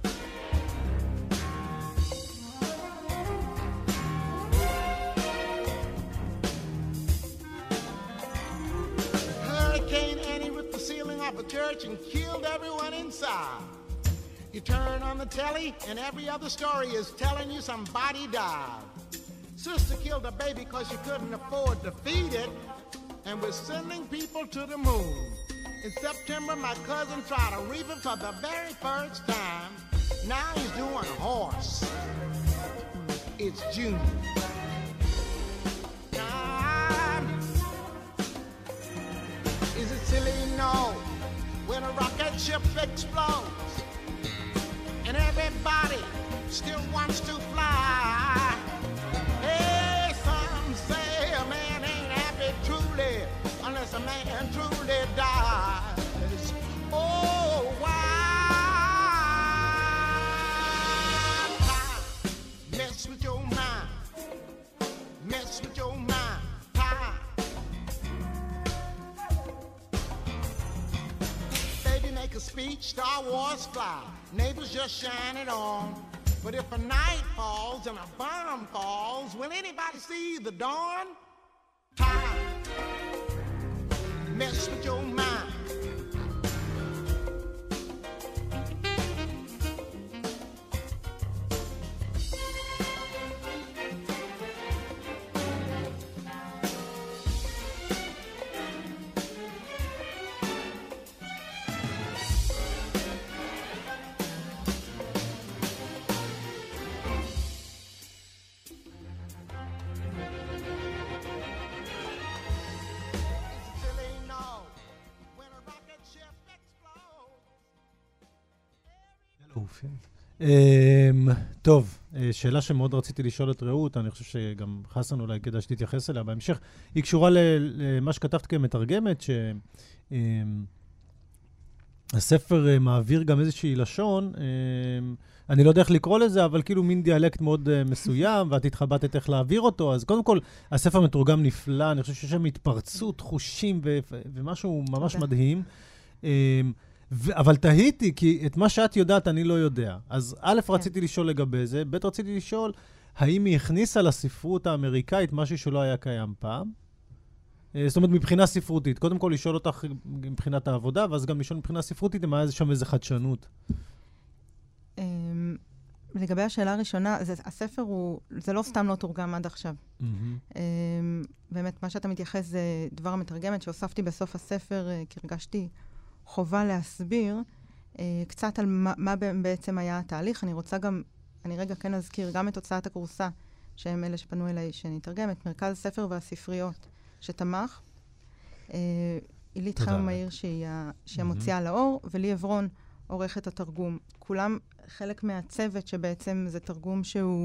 Hurricane Annie ripped the ceiling off a church and killed everyone inside. You turn on the telly and every other story is telling you somebody died. Sister killed a baby because she couldn't afford to feed it, and we're sending people to the moon. In September, my cousin tried to reap it for the very first time. Now he's doing horse. It's June. Is it silly? No. When a rocket ship explodes and everybody still wants to fly. Hey, some say a man ain't happy truly unless a man truly dies. Oh, why time mess with your mind, mess with your mind, time. Baby, make a speech, Star Wars fly. Neighbors just shine it on. But if a night falls and a bomb falls, will anybody see the dawn? Time. Mess with your mind.
טוב, שאלה שמאוד רציתי לשאול את רעות, אני חושב שגם חסן אולי כדאי שתתייחס אליה בהמשך, היא קשורה למה שכתבת כמתרגמת, שהספר מעביר גם איזושהי לשון, אני לא יודע איך לקרוא לזה, אבל כאילו מין דיאלקט מאוד מסוים, ואת התחבטת איך להעביר אותו, אז קודם כל, הספר מתורגם נפלא, אני חושב שיש שם התפרצות, חושים ומשהו ממש מדהים, אבל תהיתי, כי את מה שאת יודעת אני לא יודע. אז א', רציתי לשאול לגבי זה, ב', רציתי לשאול, האם היא הכניסה לספרות האמריקאית משהו שלא היה קיים פעם? זאת אומרת, מבחינה ספרותית. קודם כל לשאול אותך מבחינת העבודה, ואז גם לשאול מבחינה ספרותית, אם היה שם איזו חדשנות.
לגבי השאלה הראשונה, הספר זה לא סתם לא תורגם עד עכשיו. באמת, מה שאתה מתייחס זה דבר המתרגמת שהוספתי בסוף הספר, כי הרגשתי חובה להסביר קצת על מה בעצם היה התהליך. אני רוצה גם, אני רגע כן אזכיר גם את הוצאת הכורסה שהם אלה שפנו אליי שנתרגם, את מרכז הספר והספריות שתמך, עילית חיים מאיר שהיא המוציאה לאור, ולי עברון עורכת התרגום. כולם חלק מהצוות שבעצם זה תרגום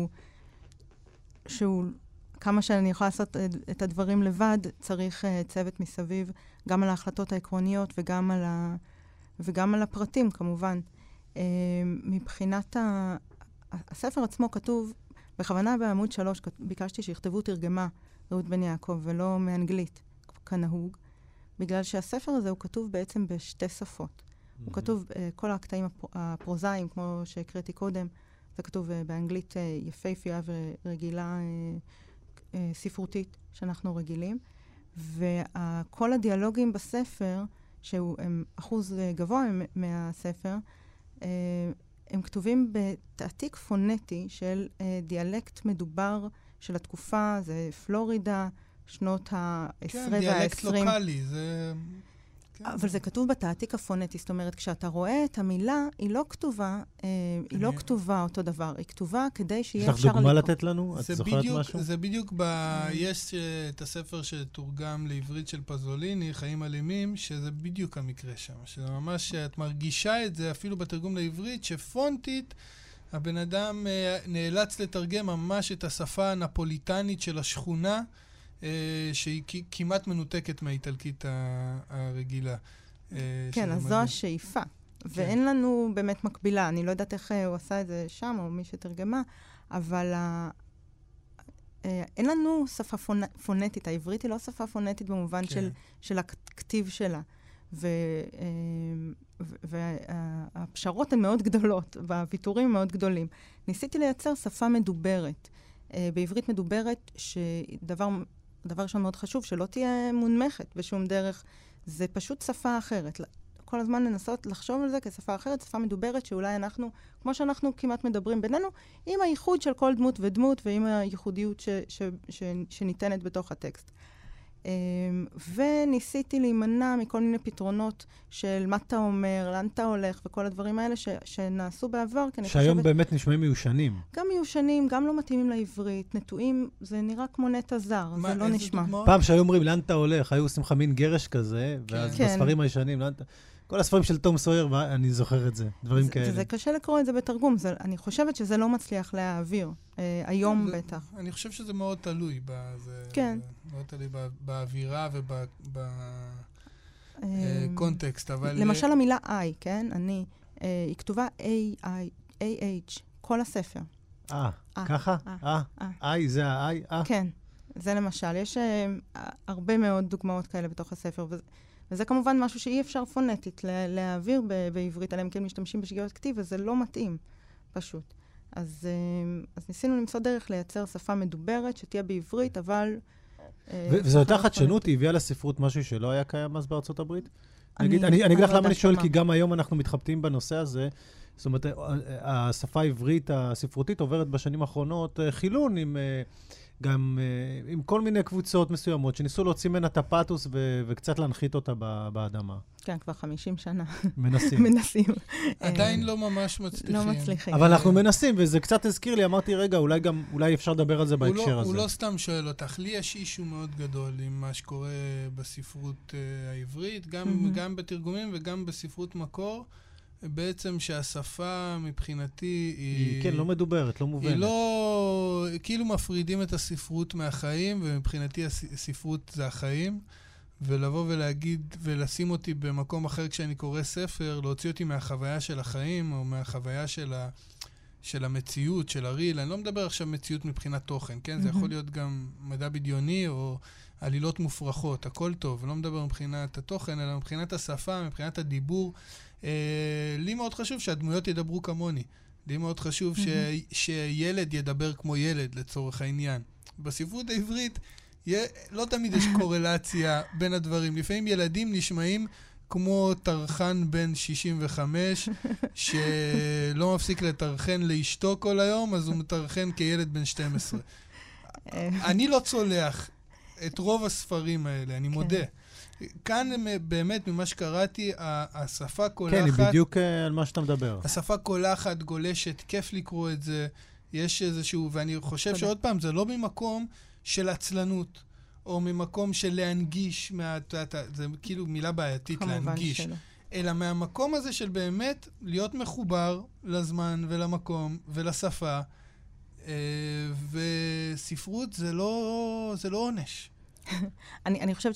שהוא כמה שאני יכולה לעשות את הדברים לבד, צריך צוות מסביב, גם על ההחלטות העקרוניות וגם על הפרטים, כמובן. מבחינת הספר עצמו כתוב, בכוונה בעמוד 3 ביקשתי שיכתבו תרגמה רעות בן יעקב, ולא מאנגלית, כנהוג, בגלל שהספר הזה הוא כתוב בעצם בשתי שפות. הוא כתוב, כל הקטעים הפרוזאיים, כמו שהקראתי קודם, זה כתוב באנגלית יפהפייה ורגילה ספרותית שאנחנו רגילים, וכל הדיאלוגים בספר, שהם אחוז גבוה מהספר, הם כתובים בתעתיק פונטי של דיאלקט מדובר של התקופה, זה פלורידה, שנות ה-10 וה-20.
כן, דיאלקט לוקלי, זה...
אבל זה כתוב בתעתיק הפונטי, זאת אומרת, כשאתה רואה את המילה, היא לא כתובה אותו דבר, היא כתובה כדי שיהיה אפשר לקרוא.
יש לך דוגמה לתת לנו? את זוכרת משהו?
זה בדיוק, יש את הספר שתורגם לעברית של פזוליני, חיים אלימים, שזה בדיוק המקרה שם, שזה ממש, את מרגישה את זה אפילו בתרגום לעברית, שפונטית, הבן אדם נאלץ לתרגם ממש את השפה הנפוליטנית של השכונה, שהיא כמעט מנותקת מהאיטלקית הרגילה.
כן, אז זו השאיפה. ואין לנו באמת מקבילה. אני לא יודעת איך הוא עשה את זה שם, או מי שתרגמה, אבל אין לנו שפה פונטית. העברית היא לא שפה פונטית במובן של הכתיב שלה. והפשרות הן מאוד גדולות, והוויתורים הם מאוד גדולים. ניסיתי לייצר שפה מדוברת. בעברית מדוברת, דבר ראשון מאוד חשוב, שלא תהיה מונמכת בשום דרך, זה פשוט שפה אחרת. כל הזמן לנסות לחשוב על זה כשפה אחרת, שפה מדוברת שאולי אנחנו, כמו שאנחנו כמעט מדברים בינינו, עם הייחוד של כל דמות ודמות, ועם הייחודיות שניתנת בתוך הטקסט. וניסיתי להימנע מכל מיני פתרונות של מה אתה אומר, לאן אתה הולך, וכל הדברים האלה שנעשו בעבר.
שהיום באמת נשמעים מיושנים.
גם מיושנים, גם לא מתאימים לעברית. נטועים, זה נראה כמו נטע זר, זה לא נשמע.
פעם שהיו אומרים, לאן אתה הולך, היו עושים לך מין גרש כזה, ואז בספרים הישנים, כל הספרים של תום סויר, אני זוכר את זה, דברים כאלה. זה
קשה לקרוא את זה בתרגום, אני חושבת שזה לא מצליח להעביר, היום בטח.
אני חושב שזה מאוד תלוי, מאוד תלוי באווירה ובקונטקסט, אבל...
למשל המילה I, כן? היא כתובה A-I-A-H, כל הספר.
ככה? I זה ה-I?
כן, זה למשל. יש הרבה מאוד דוגמאות כאלה בתוך הספר, וזה כמובן משהו שאי אפשר פונטית להעביר בעברית, עליהם כן משתמשים בשגיאות כתיב, וזה לא מתאים, פשוט. אז ניסינו למצוא דרך לייצר שפה מדוברת, שתהיה בעברית, אבל...
וזו אותה חדשנות, היא הביאה לספרות משהו שלא היה קיים אז בארצות הברית? אני אגיד לך למה אני שואל, כי גם היום אנחנו מתחבטים בנושא הזה. זאת אומרת, השפה העברית הספרותית עוברת בשנים האחרונות חילון גם עם כל מיני קבוצות מסוימות, שניסו להוציא ממנה את הפאטוס וקצת להנחית אותה באדמה.
כן, כבר 50 שנה.
מנסים.
עדיין לא ממש מצליחים.
לא מצליחים.
אבל אנחנו מנסים, וזה קצת הזכיר לי, אמרתי, רגע, אולי אפשר לדבר על זה בהקשר הזה.
הוא לא סתם שואל אותך, לי יש אישו מאוד גדול עם מה שקורה בספרות העברית, גם בתרגומים וגם בספרות מקור, בעצם שהשפה מבחינתי
היא כן, לא מדוברת, לא מובנת.
היא לא... כאילו מפרידים את הספרות מהחיים, ומבחינתי הספרות זה החיים, ולבוא ולהגיד, ולשים אותי במקום אחר כשאני קורא ספר, להוציא אותי מהחוויה של החיים, או מהחוויה של המציאות, של הריל. אני לא מדבר עכשיו מציאות מבחינת תוכן, כן? זה יכול להיות גם מדע בדיוני, או עלילות מופרכות, הכל טוב. לא מדבר מבחינת התוכן, אלא מבחינת השפה, מבחינת הדיבור. לי מאוד חשוב שהדמויות ידברו כמוני. לי מאוד חשוב שילד ידבר כמו ילד, לצורך העניין. בספרות העברית, לא תמיד יש קורלציה בין הדברים. לפעמים ילדים נשמעים כמו תרחן בן 65, שלא מפסיק לתרחן לאשתו כל היום, אז הוא מתרחן כילד בן 12. אני לא צולח את רוב הספרים האלה, אני מודה. כאן באמת, ממה שקראתי, השפה קולחת...
כן, היא בדיוק על מה שאתה מדבר.
השפה קולחת, גולשת, כיף לקרוא את זה. יש איזשהו, ואני חושב שעוד פעם, זה לא ממקום של עצלנות, או ממקום של להנגיש, זה כאילו מילה בעייתית, להנגיש. אלא מהמקום הזה של באמת להיות מחובר לזמן ולמקום ולשפה, וספרות זה לא עונש.
אני חושבת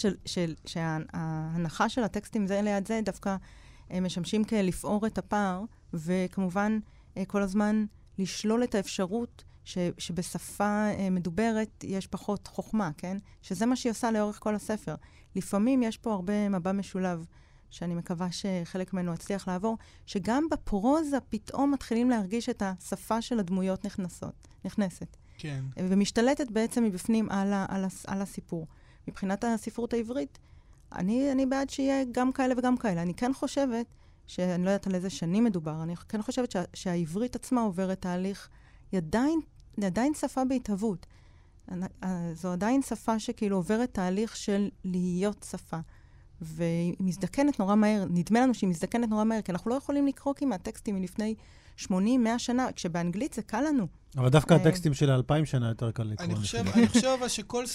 שההנחה של הטקסטים זה ליד זה דווקא משמשים כלפעור את הפער, וכמובן כל הזמן לשלול את האפשרות שבשפה מדוברת יש פחות חוכמה, כן? שזה מה שהיא עושה לאורך כל הספר. לפעמים יש פה הרבה מבע משולב, שאני מקווה שחלק ממנו הצליח לעבור, שגם בפרוזה פתאום מתחילים להרגיש את השפה של הדמויות נכנסת.
כן.
ומשתלטת בעצם מבפנים על הסיפור. מבחינת הספרות העברית, אני בעד שיהיה גם כאלה וגם כאלה. אני כן חושבת, שאני לא יודעת על איזה שנים מדובר, אני כן חושבת שהעברית עצמה עוברת תהליך, היא עדיין שפה בהתהוות. זו עדיין שפה שכאילו עוברת תהליך של להיות שפה. והיא מזדקנת נורא מהר, נדמה לנו שהיא מזדקנת נורא מהר, כי אנחנו לא יכולים לקרוא כמעט טקסטים מלפני 80, 100 שנה, כשבאנגלית זה קל לנו.
אבל דווקא הטקסטים של 2000 שנה יותר קל לקרוא.
אני חושב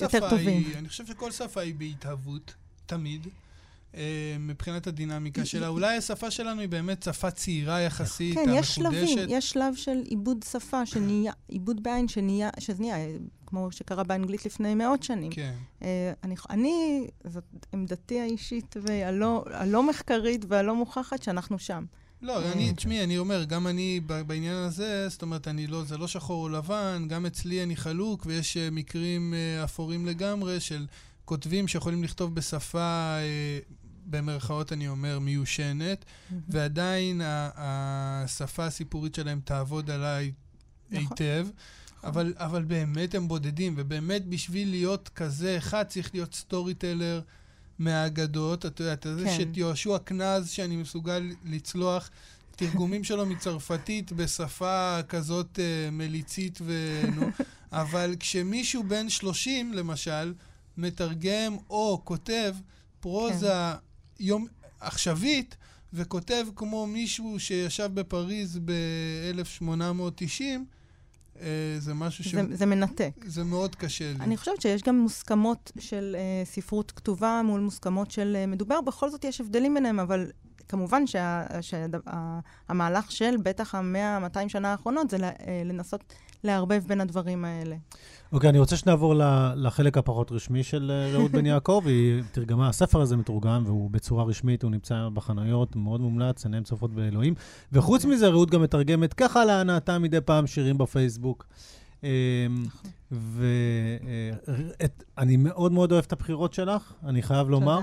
שכל שפה היא בהתהוות, תמיד, מבחינת הדינמיקה שלה. אולי השפה שלנו היא באמת שפה צעירה יחסית, המחודשת.
כן, יש שלב של עיבוד שפה, עיבוד בעין שזה נהיה, כמו שקרה באנגלית לפני מאות שנים.
כן.
זאת עמדתי האישית והלא מחקרית והלא מוכחת שאנחנו שם.
לא, אני אומר, גם אני בעניין הזה, זאת אומרת, זה לא שחור או לבן, גם אצלי אני חלוק, ויש מקרים אפורים לגמרי של כותבים שיכולים לכתוב בשפה, במרכאות אני אומר, מיושנת, ועדיין השפה הסיפורית שלהם תעבוד עליי היטב, אבל באמת הם בודדים, ובאמת בשביל להיות כזה אחד צריך להיות סטורי טלר מהאגדות, אתה יודע, זה שיהושע כנז שאני מסוגל לצלוח תרגומים שלו מצרפתית בשפה כזאת מליצית אבל כשמישהו בן 30 למשל מתרגם או כותב פרוזה עכשווית וכותב כמו מישהו שישב בפריז ב-1890, זה משהו
זה מנתק.
זה מאוד קשה לי.
אני חושבת שיש גם מוסכמות של ספרות כתובה מול מוסכמות של מדובר. בכל זאת יש הבדלים ביניהם, אבל כמובן שהמהלך של בטח 100-200 שנה האחרונות זה לנסות לערבב בין הדברים האלה.
אוקיי, אני רוצה שנעבור לחלק הפחות רשמי של רעות בן יעקב. היא תרגמה, הספר הזה מתורגם, והוא בצורה רשמית, הוא נמצא בחנויות, מאוד מומלץ, עיניים צופות באלוהים. וחוץ מזה, רעות גם מתרגמת ככה להנאתה מדי פעם שירים בפייסבוק. ואני מאוד מאוד אוהב את הבחירות שלך, אני חייב לומר.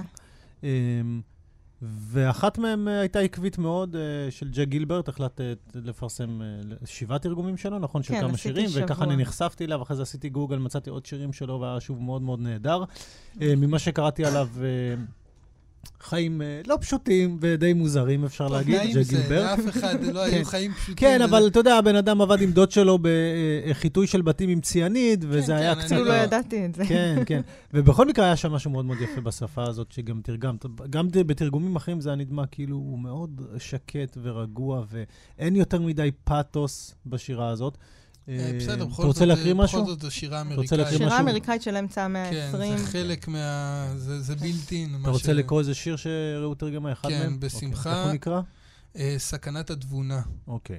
ואחת מהם הייתה עקבית מאוד של ג'ק גילברט, החלטת לפרסם 7 תרגומים שלו, נכון? של כמה שירים, וככה אני נחשפתי אליו, אחרי זה עשיתי גוגל, מצאתי עוד שירים שלו, והיה שוב מאוד מאוד נהדר. ממה שקראתי עליו, חיים לא פשוטים ודי מוזרים, אפשר להגיד, ג'ק גילברט.
לאף אחד לא היו חיים פשוטים.
כן, אבל אתה יודע, הבן אדם עבד עם דוד שלו בחיטוי של בתים עם ציאנית, וזה היה קצת...
לא ידעתי את זה.
כן, כן. ובכל מקרה היה שם משהו מאוד מאוד יפה בשפה הזאת, שגם תרגמת. גם בתרגומים אחרים זה היה נדמה כאילו הוא מאוד שקט ורגוע, ואין יותר מדי פאטוס בשירה הזאת.
בסדר,
בכל זאת
זו שירה אמריקאית.
שירה אמריקאית של אמצע המאה ה-20.
כן, זה חלק זה בילטין.
אתה רוצה לקרוא איזה שיר שרעות תרגמה אחד מהם?
כן, בשמחה.
איך הוא נקרא?
סכנת התבונה.
אוקיי.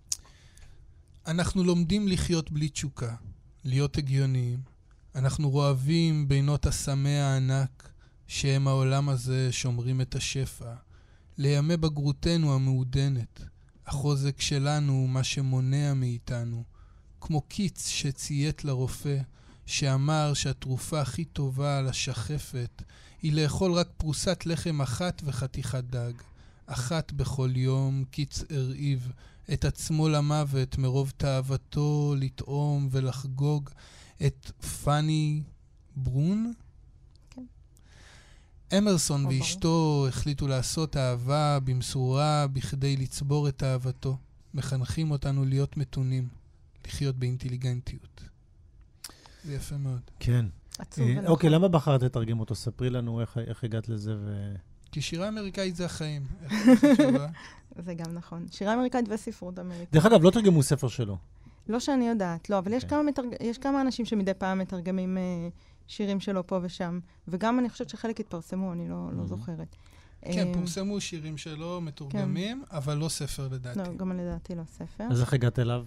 אנחנו לומדים לחיות בלי תשוקה, להיות הגיוניים. אנחנו רועבים בינות הסמא הענק, שהם העולם הזה שומרים את השפע. לימי בגרותנו המעודנת. החוזק שלנו הוא מה שמונע מאיתנו. כמו קיץ שציית לרופא, שאמר שהתרופה הכי טובה על השחפת היא לאכול רק פרוסת לחם אחת וחתיכת דג. אחת בכל יום קיץ הרעיב את עצמו למוות מרוב תאוותו לטעום ולחגוג את פאני ברון.
כן.
אמרסון ואשתו החליטו לעשות אהבה במשורה בכדי לצבור את אהבתו. מחנכים אותנו להיות מתונים. לחיות באינטליגנטיות. זה יפה מאוד.
כן. אוקיי, למה בחרת לתרגם אותו? ספרי לנו איך הגעת לזה ו...
כי שירה אמריקאית זה החיים.
זה גם נכון. שירה אמריקאית וספרות אמריקאית.
דרך אגב, לא תרגמו ספר שלו.
לא שאני יודעת, לא, אבל יש כמה אנשים שמדי פעם מתרגמים שירים שלו פה ושם, וגם אני חושבת שחלק התפרסמו, אני לא זוכרת.
כן, פורסמו שירים שלו מתורגמים, אבל לא ספר לדעתי.
לא, גם לדעתי לא ספר.
אז איך הגעת אליו?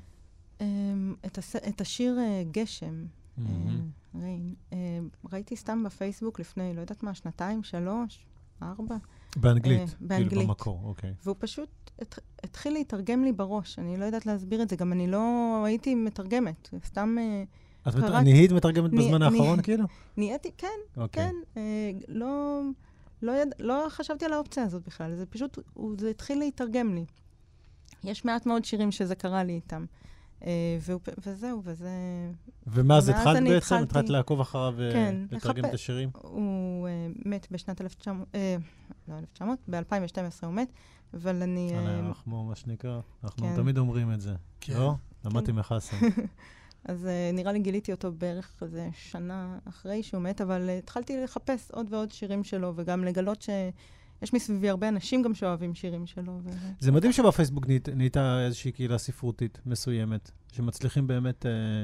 את השיר גשם, ריין, ראיתי סתם בפייסבוק לפני, לא יודעת מה, 2, 3, 4.
באנגלית,
באנגלית.
כאילו במקור, אוקיי.
והוא פשוט התחיל להתרגם לי בראש, אני לא יודעת להסביר את זה, גם אני לא הייתי מתרגמת, סתם
קראתי. נהיית מתרגמת בזמן האחרון, כאילו?
נהייתי, כן, כן. לא חשבתי על האופציה הזאת בכלל, זה פשוט, זה התחיל להתרגם לי. יש מעט מאוד שירים שזה קרה לי איתם. וזהו, וזה...
ומה, אז התחלת בעצם? התחלת לעקוב אחריו ולתרגם את השירים?
הוא מת בשנת 1900, ב-2012 הוא מת, אבל אני...
אנחנו, מה שנקרא, אנחנו תמיד אומרים את זה. לא? למדתי מחסן.
אז נראה לי גיליתי אותו בערך איזה שנה אחרי שהוא מת, אבל התחלתי לחפש עוד ועוד שירים שלו, וגם לגלות שיש מסביבי הרבה אנשים גם שאוהבים שירים שלו.
זה מדהים שבפייסבוק נהייתה איזושהי קהילה ספרותית מסוימת, שמצליחים באמת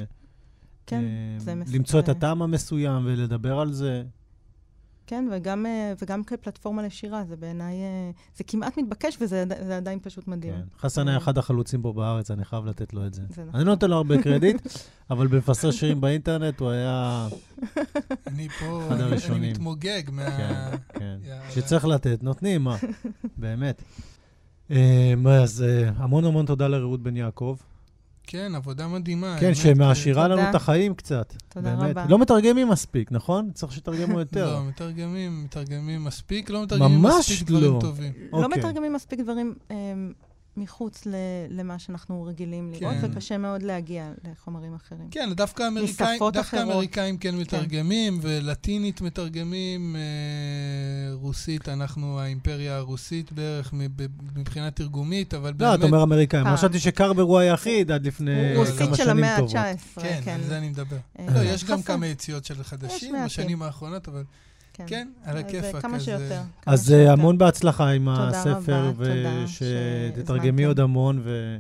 למצוא את הטעם המסוים ולדבר על זה.
כן, וגם כפלטפורמה לשירה, זה בעיניי, זה כמעט מתבקש, וזה עדיין פשוט מדהים.
חסן היה אחד החלוצים פה בארץ, אני חייב לתת לו את זה. אני לא נותן לו הרבה קרדיט, אבל בפסר שירים באינטרנט הוא היה
אני פה,
אני
מתמוגג
כן, שצריך לתת, נותנים, מה? באמת. אז המון תודה לרעות בן יעקב.
כן, עבודה מדהימה.
כן, שמעשירה לנו את החיים קצת.
תודה רבה.
לא מתרגמים מספיק, נכון? צריך שתרגמו יותר.
לא, מתרגמים מספיק, לא מתרגמים מספיק דברים טובים.
לא מתרגמים מספיק דברים מחוץ למה שאנחנו רגילים לראות, וקשה מאוד להגיע לחומרים אחרים.
כן, דווקא אמריקאים כן מתרגמים, ולטינית מתרגמים, רוסית, אנחנו האימפריה הרוסית בערך מבחינה תרגומית, אבל באמת...
לא, אתה אומר אמריקאים. חשבתי שקרבר הוא היחיד עד לפני כמה שנים טובות.
רוסית של המאה ה-19.
כן, על זה אני מדבר. לא, יש גם כמה יציאות של חדשים בשנים האחרונות, אבל... כן, על הכיפאק.
כמה שיותר.
אז המון בהצלחה עם הספר, ושתתרגמי עוד המון,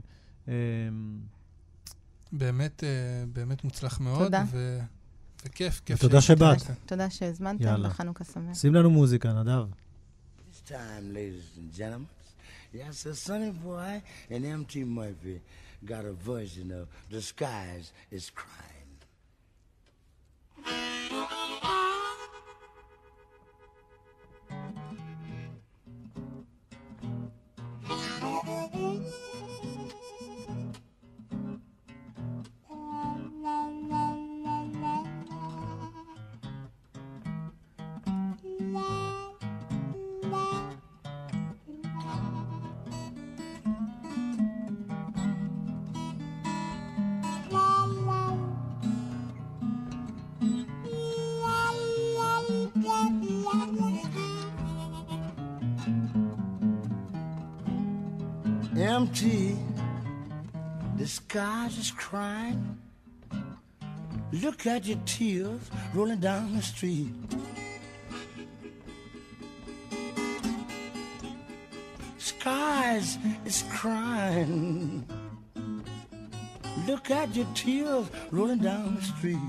באמת מוצלח מאוד, וכיף.
תודה שבאת.
תודה שהזמנתם, וחנוכה שמח.
שים לנו מוזיקה, נדב.
This time, ladies and gentlemen, yes, a Sonny Boy and M.T. Murphy got a version of The Skies is Crying. Empty, the skies is crying. Look at your tears rolling down the street. Skies is crying. Look at your tears rolling down the street.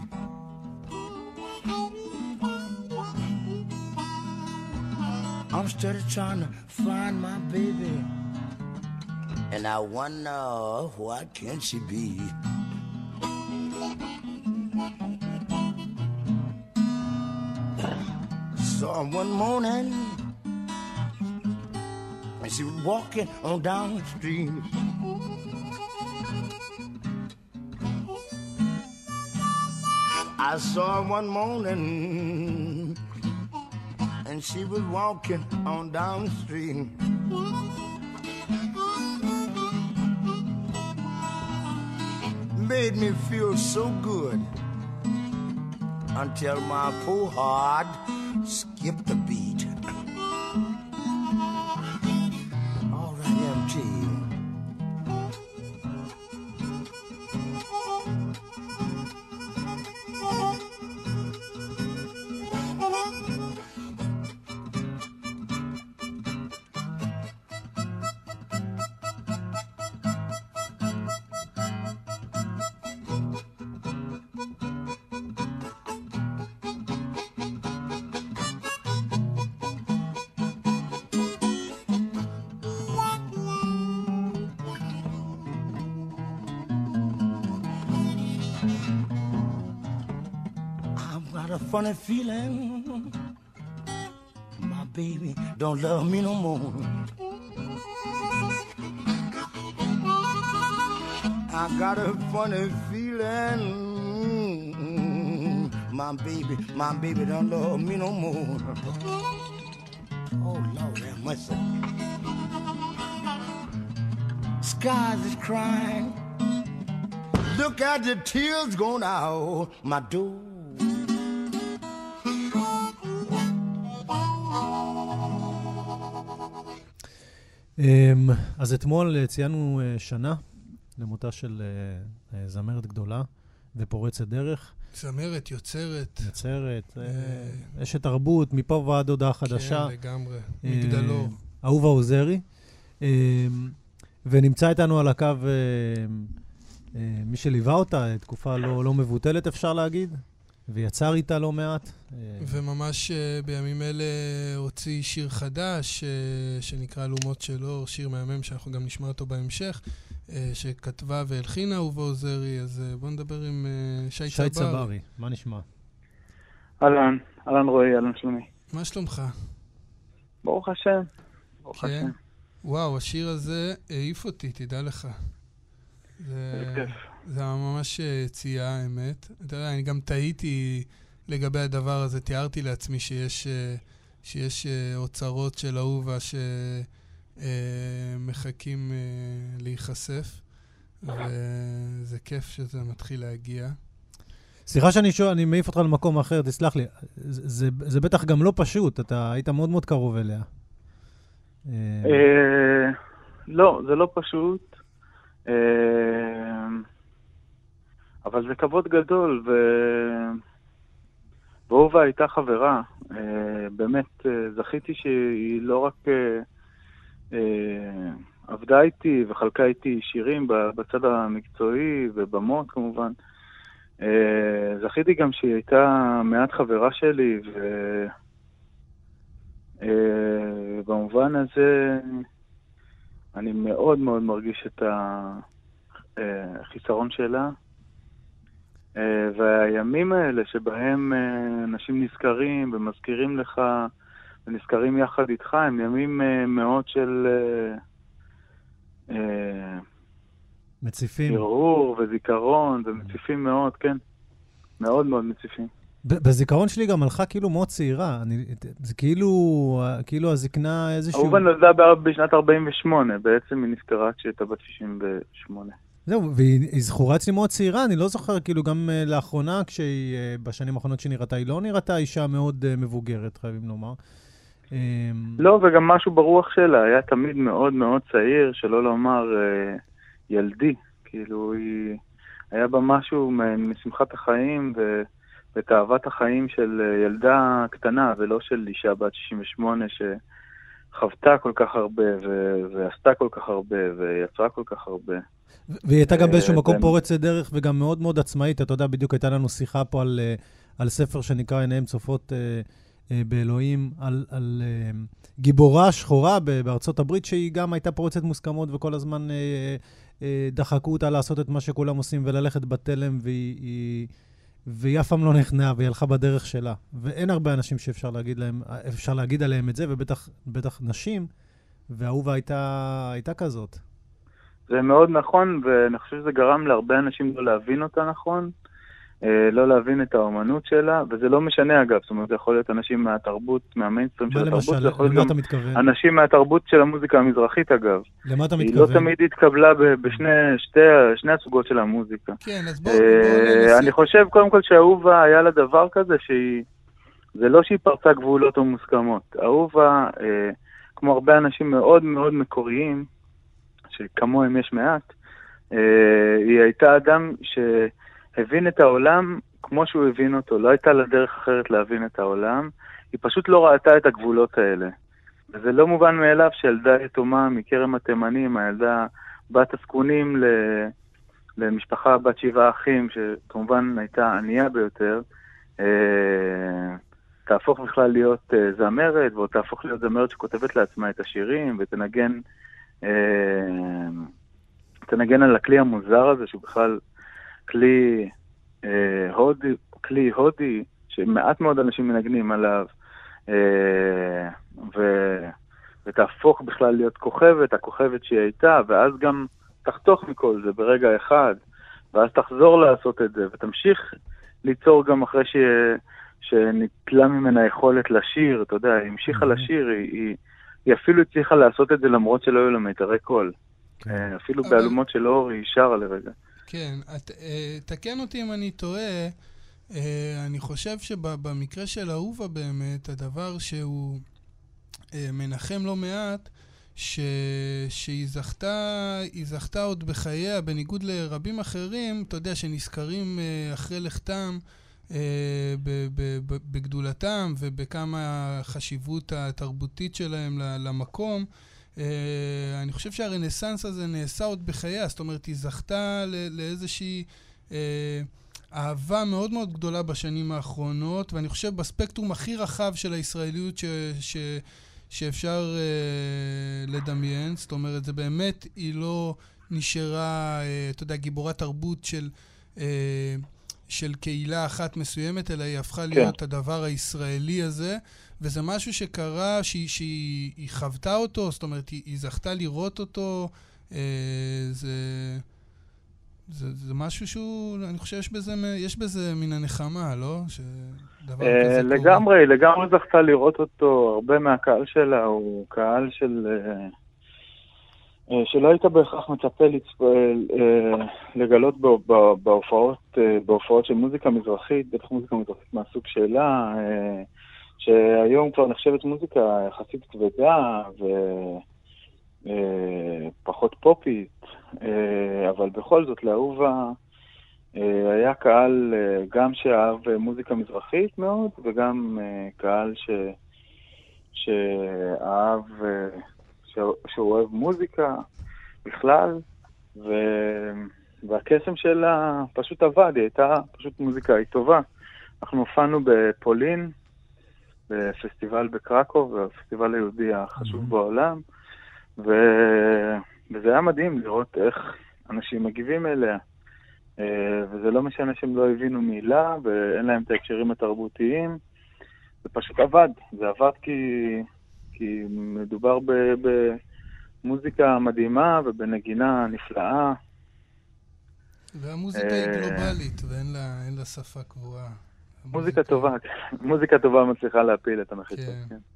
I'm steady trying to find my baby, and I wonder what can she be. Saw her one morning, and she was walking on down the street. I saw her one morning, and she was walking on down the street. Made me feel so good until my poor heart skipped a beat. All right, MT. got a funny feeling my baby don't love me no more. I got a funny feeling my baby don't love me no more. Oh Lord have mercy. Skies is crying. Look at the tears going out my door.
אז אתמול ציינו שנה למותה של זמרת גדולה ופורצת דרך.
זמרת, יוצרת.
יוצרת, אשת תרבות, מפה ועד הודעה חדשה.
כן, לגמרי, מגדלור.
אהובה עוזרי. ונמצא איתנו על הקו מי שליווה אותה, תקופה לא מבוטלת אפשר להגיד, ויצר איתה לא מעט.
וממש בימים אלה הוציא שיר חדש, שנקרא אלומות שלו, שיר מהמם שאנחנו גם נשמע אותו בהמשך, שכתבה והלחינה אהובה עוזרי, אז בואו נדבר עם שי צברי.
מה נשמע?
אהלן רועי, אהלן שלומי.
מה שלומך?
ברוך השם.
כן? וואו, השיר הזה העיף אותי, תדע לך. זה ממש צייה, האמת. אתה יודע, אני גם טעיתי לגבי הדבר הזה, תיארתי לעצמי שיש אוצרות של אהובה שמחכים להיחשף, וזה כיף שזה מתחיל להגיע.
סליחה שאני מעיף אותך למקום אחר, תסלח לי. זה בטח גם לא פשוט, אתה היית מאוד מאוד קרוב אליה.
לא, זה לא פשוט. אבל זה כבוד גדול, ואהובה הייתה חברה. באמת זכיתי שהיא לא רק עבדה איתי וחלקה איתי שירים בצד המקצועי ובמות כמובן. זכיתי גם שהיא הייתה מעט חברה שלי, ובמובן הזה אני מאוד מאוד מרגיש את החיסרון שלה. והימים האלה שבהם אנשים נזכרים ומזכירים לך ונזכרים יחד איתך, הם ימים מאוד של
מציפים.
ערעור וזיכרון, ומציפים מאוד, כן. מאוד מאוד מציפים.
בזיכרון שלי גם הלכה כאילו מאוד צעירה. זה כאילו הזקנה איזשהו...
אהובה נולדה בשנת 48, בעצם היא נפטרה כשהייתה בת 68.
זהו, והיא זכורה אצלי מאוד צעירה, אני לא זוכר, כאילו גם לאחרונה, כשהיא, בשנים האחרונות שנראתה, היא לא נראתה אישה מאוד מבוגרת, חייבים לומר.
לא, וגם משהו ברוח שלה, היה תמיד מאוד מאוד צעיר, שלא לומר ילדי, כאילו היא, היה בה משהו משמחת החיים ותאוות החיים של ילדה קטנה, ולא של אישה בת 68 שחוותה כל כך הרבה, ועשתה כל כך הרבה, ויצרה כל כך הרבה.
והיא הייתה גם באיזשהו מקום פורצת דרך, וגם מאוד מאוד עצמאית. אתה יודע, בדיוק הייתה לנו שיחה פה על ספר שנקרא עיניהם צופות באלוהים, על גיבורה שחורה בארצות הברית, שהיא גם הייתה פורצת מוסכמות, וכל הזמן דחקו אותה לעשות את מה שכולם עושים, וללכת בתלם, והיא אף פעם לא נכנעה, והיא הלכה בדרך שלה. ואין הרבה אנשים שאפשר להגיד עליהם את זה, ובטח נשים, והאהובה הייתה כזאת.
זה מאוד נכון, ואני חושב שזה גרם להרבה אנשים לא להבין אותה נכון, לא להבין את האומנות שלה, וזה לא משנה אגב, זאת אומרת, זה יכול להיות אנשים מהתרבות, מהמיינסטרים של התרבות, זה יכול להיות גם אנשים מהתרבות של המוזיקה המזרחית אגב.
למה אתה מתכוון?
היא לא תמיד התקבלה בשני הסוגות של המוזיקה.
כן, אז בואו ננסה.
אני חושב קודם כל שאהובה היה לה דבר כזה, זה לא שהיא פרצה גבולות או מוסכמות. אהובה, כמו הרבה אנשים מאוד מאוד מקוריים, שכמוהם יש מעט, היא הייתה אדם שהבין את העולם כמו שהוא הבין אותו, לא הייתה לה דרך אחרת להבין את העולם, היא פשוט לא ראתה את הגבולות האלה. וזה לא מובן מאליו שילדה יתומה מכרם התימנים, הילדה בת הסקונים למשפחה בת 7 אחים, שכמובן הייתה ענייה ביותר, תהפוך בכלל להיות זמרת, ועוד תהפוך להיות זמרת שכותבת לעצמה את השירים, תנגן על הכלי המוזר הזה, שהוא בכלל כלי הודי, שמעט מאוד אנשים מנגנים עליו, ותהפוך בכלל להיות כוכבת, הכוכבת שהיא הייתה, ואז גם תחתוך מכל זה ברגע אחד, ואז תחזור לעשות את זה, ותמשיך ליצור גם אחרי שנטלה ממנה יכולת לשיר, אתה יודע, היא המשיכה לשיר, היא אפילו הצליחה לעשות את זה למרות שלא היו לה מיתרי קול. אפילו באלומות של אור היא שרה לרגע.
כן, תקן אותי אם אני טועה, אני חושב שבמקרה של אהובה באמת, הדבר שהוא מנחם לא מעט, שהיא זכתה עוד בחייה, בניגוד לרבים אחרים, אתה יודע, שנזכרים אחרי לכתם בגדולתם ובכמה החשיבות התרבותית שלהם למקום. אני חושב שהרנסנס הזה נעשה עוד בחייה, זאת אומרת, היא זכתה לאיזושהי אהבה מאוד מאוד גדולה בשנים האחרונות, ואני חושב בספקטרום הכי רחב של הישראליות שאפשר לדמיין, זאת אומרת, זה באמת, היא לא נשארה, אתה יודע, גיבורת תרבות של קהילה אחת מסוימת, אלא היא הפכה להיות הדבר הישראלי הזה, וזה משהו שקרה, שהיא חוותה אותו, זאת אומרת, היא זכתה לראות אותו, זה משהו שהוא, אני חושב יש בזה מן הנחמה, לא?
לגמרי זכתה לראות אותו. הרבה מהקהל שלה הוא קהל שלא היית בהכרח מצפה לגלות בהופעות של מוזיקה מזרחית, בטח מוזיקה מזרחית מהסוג שלה, שהיום כבר נחשבת מוזיקה יחסית כבדה ופחות פופית, אבל בכל זאת לאהובה היה קהל גם שאהב מוזיקה מזרחית מאוד, וגם קהל שאהב, שהוא אוהב מוזיקה בכלל, והקסם שלה פשוט עבד, היא הייתה פשוט מוזיקאית טובה. אנחנו הופענו בפולין, בפסטיבל בקרקוב, הפסטיבל היהודי החשוב בעולם, וזה היה מדהים לראות איך אנשים מגיבים אליה. וזה לא משנה שהם לא הבינו מילה, ואין להם את ההקשרים התרבותיים. זה פשוט עבד. זה עבד כי מדובר במוזיקה מדהימה ובנגינה נפלאה.
והמוזיקה היא גלובלית, ואין לה שפה קבועה.
מוזיקה טובה מצליחה להפיל את המחיצות.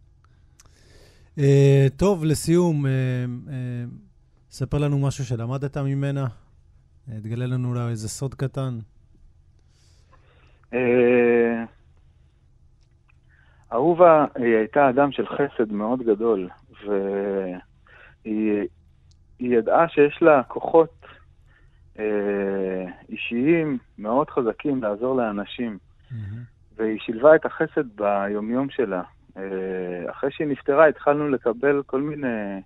טוב, לסיום, ספר לנו משהו שלמדת ממנה. תגלה לנו אולי איזה סוד קטן.
אהובה היא הייתה אדם של חסד מאוד גדול, והיא ידעה שיש לה כוחות אישיים מאוד חזקים לעזור לאנשים, והיא שילבה את החסד ביומיום שלה. אחרי שהיא נפטרה התחלנו לקבל כל מיני...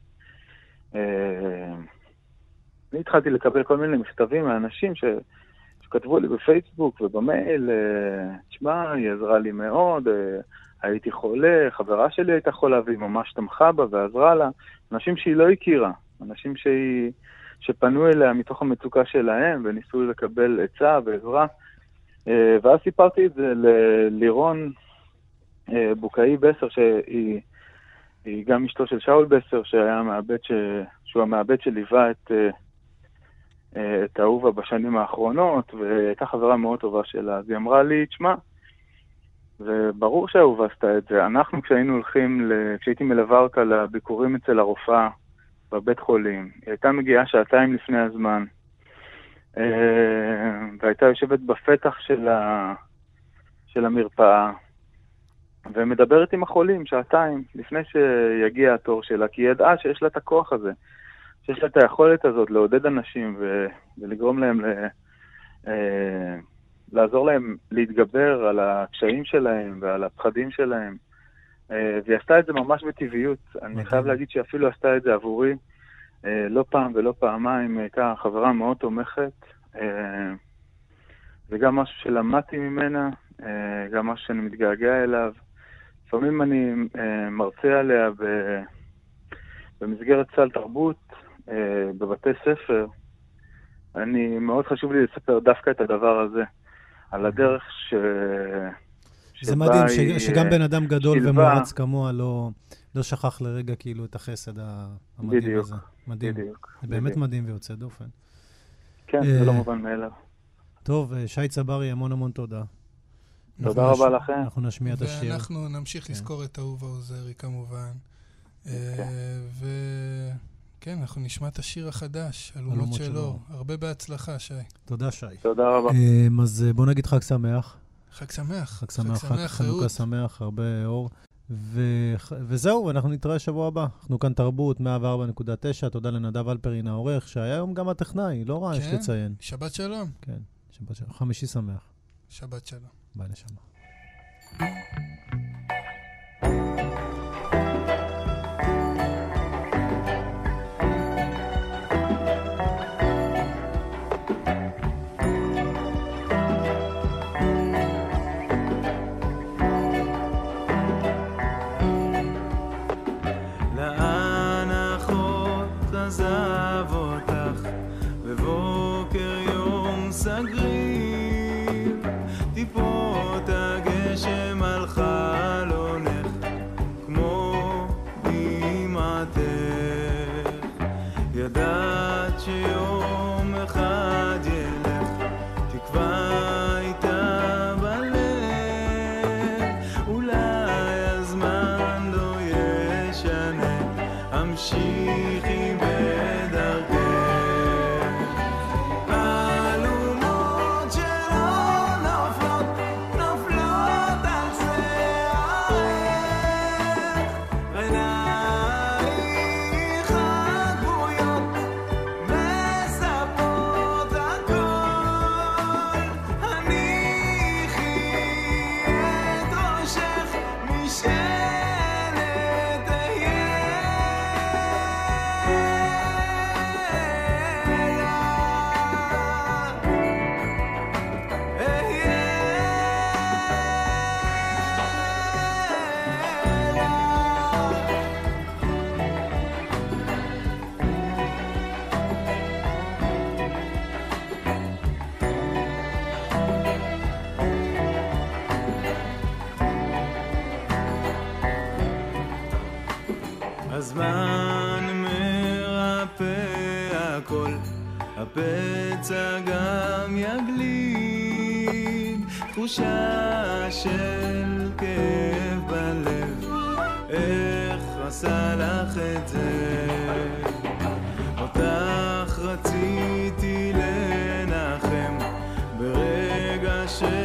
אני התחלתי לקבל כל מיני מכתבים מהאנשים שכתבו לי בפייסבוק ובמייל, תשמע, היא עזרה לי מאוד, הייתי חולה, חברה שלי הייתה חולה והיא ממש תמכה בה ועזרה לה, אנשים שהיא לא הכירה, אנשים שפנו אליה מתוך המצוקה שלהם וניסו לקבל עצה ועזרה, ואז סיפרתי את זה ללירון בוקאי בסר, שהיא גם אשתו של שאול בסר, שהוא המעבד שליווה את אהובה בשנים האחרונות, והייתה חברה מאוד טובה שלה. אז היא אמרה לי, תשמע, וברור שאהובה עשתה את זה. אנחנו כשהייתי מלווה אותה לביקורים אצל הרופאה בבית חולים, היא הייתה מגיעה שעתיים לפני הזמן, והייתה יושבת בפתח של המרפאה, ומדברת עם החולים שעתיים לפני שיגיע התור שלה, כי היא ידעה שיש לה את הכוח הזה, שיש לה את היכולת הזאת לעודד אנשים ולגרום להם, לעזור להם להתגבר על הקשיים שלהם ועל הפחדים שלהם. והיא עשתה את זה ממש בטבעיות. אני חייב להגיד שאפילו עשתה את זה עבורי, לא פעם ולא פעמיים, הייתה חברה מאוד תומכת, וגם משהו שלמדתי ממנה, גם משהו שאני מתגעגע אליו. לפעמים אני מרצה עליה במסגרת סל תרבות, בבתי ספר. מאוד חשוב לי לספר דווקא את הדבר הזה, על הדרך
זה מדהים שגם בן אדם גדול ומורץ כמוה לא שכח לרגע כאילו את החסד המדהים הזה. מדהים. זה באמת מדהים ויוצא דופן.
כן, זה לא מובן מאליו.
טוב, שי צברי, המון תודה.
תודה רבה לכם.
אנחנו נשמיע את השיר.
ואנחנו נמשיך לזכור את אהובה עוזרי כמובן. וכן, אנחנו נשמע את השיר החדש, אלומות שלו. הרבה בהצלחה, שי.
תודה, שי.
תודה רבה.
אז בוא נגיד חג שמח.
חג שמח.
חג שמח, חג חנוכה שמח, הרבה אור. וזהו, אנחנו נתראה שבוע הבא. אנחנו כאן תרבות, 104.9. תודה לנדב אלפרין העורך, שהיה היום גם הטכנאי, לא רע, יש לציין.
שבת שלום.
כן, שבת שלום. חמישי שמח.
שבת שלום.
ביי נשמה.
הזמן מרפא הכל, הפצע גם יגליד, תחושה של כאב בלב, איך עשה לך את זה? אותך רציתי לנחם ברגע של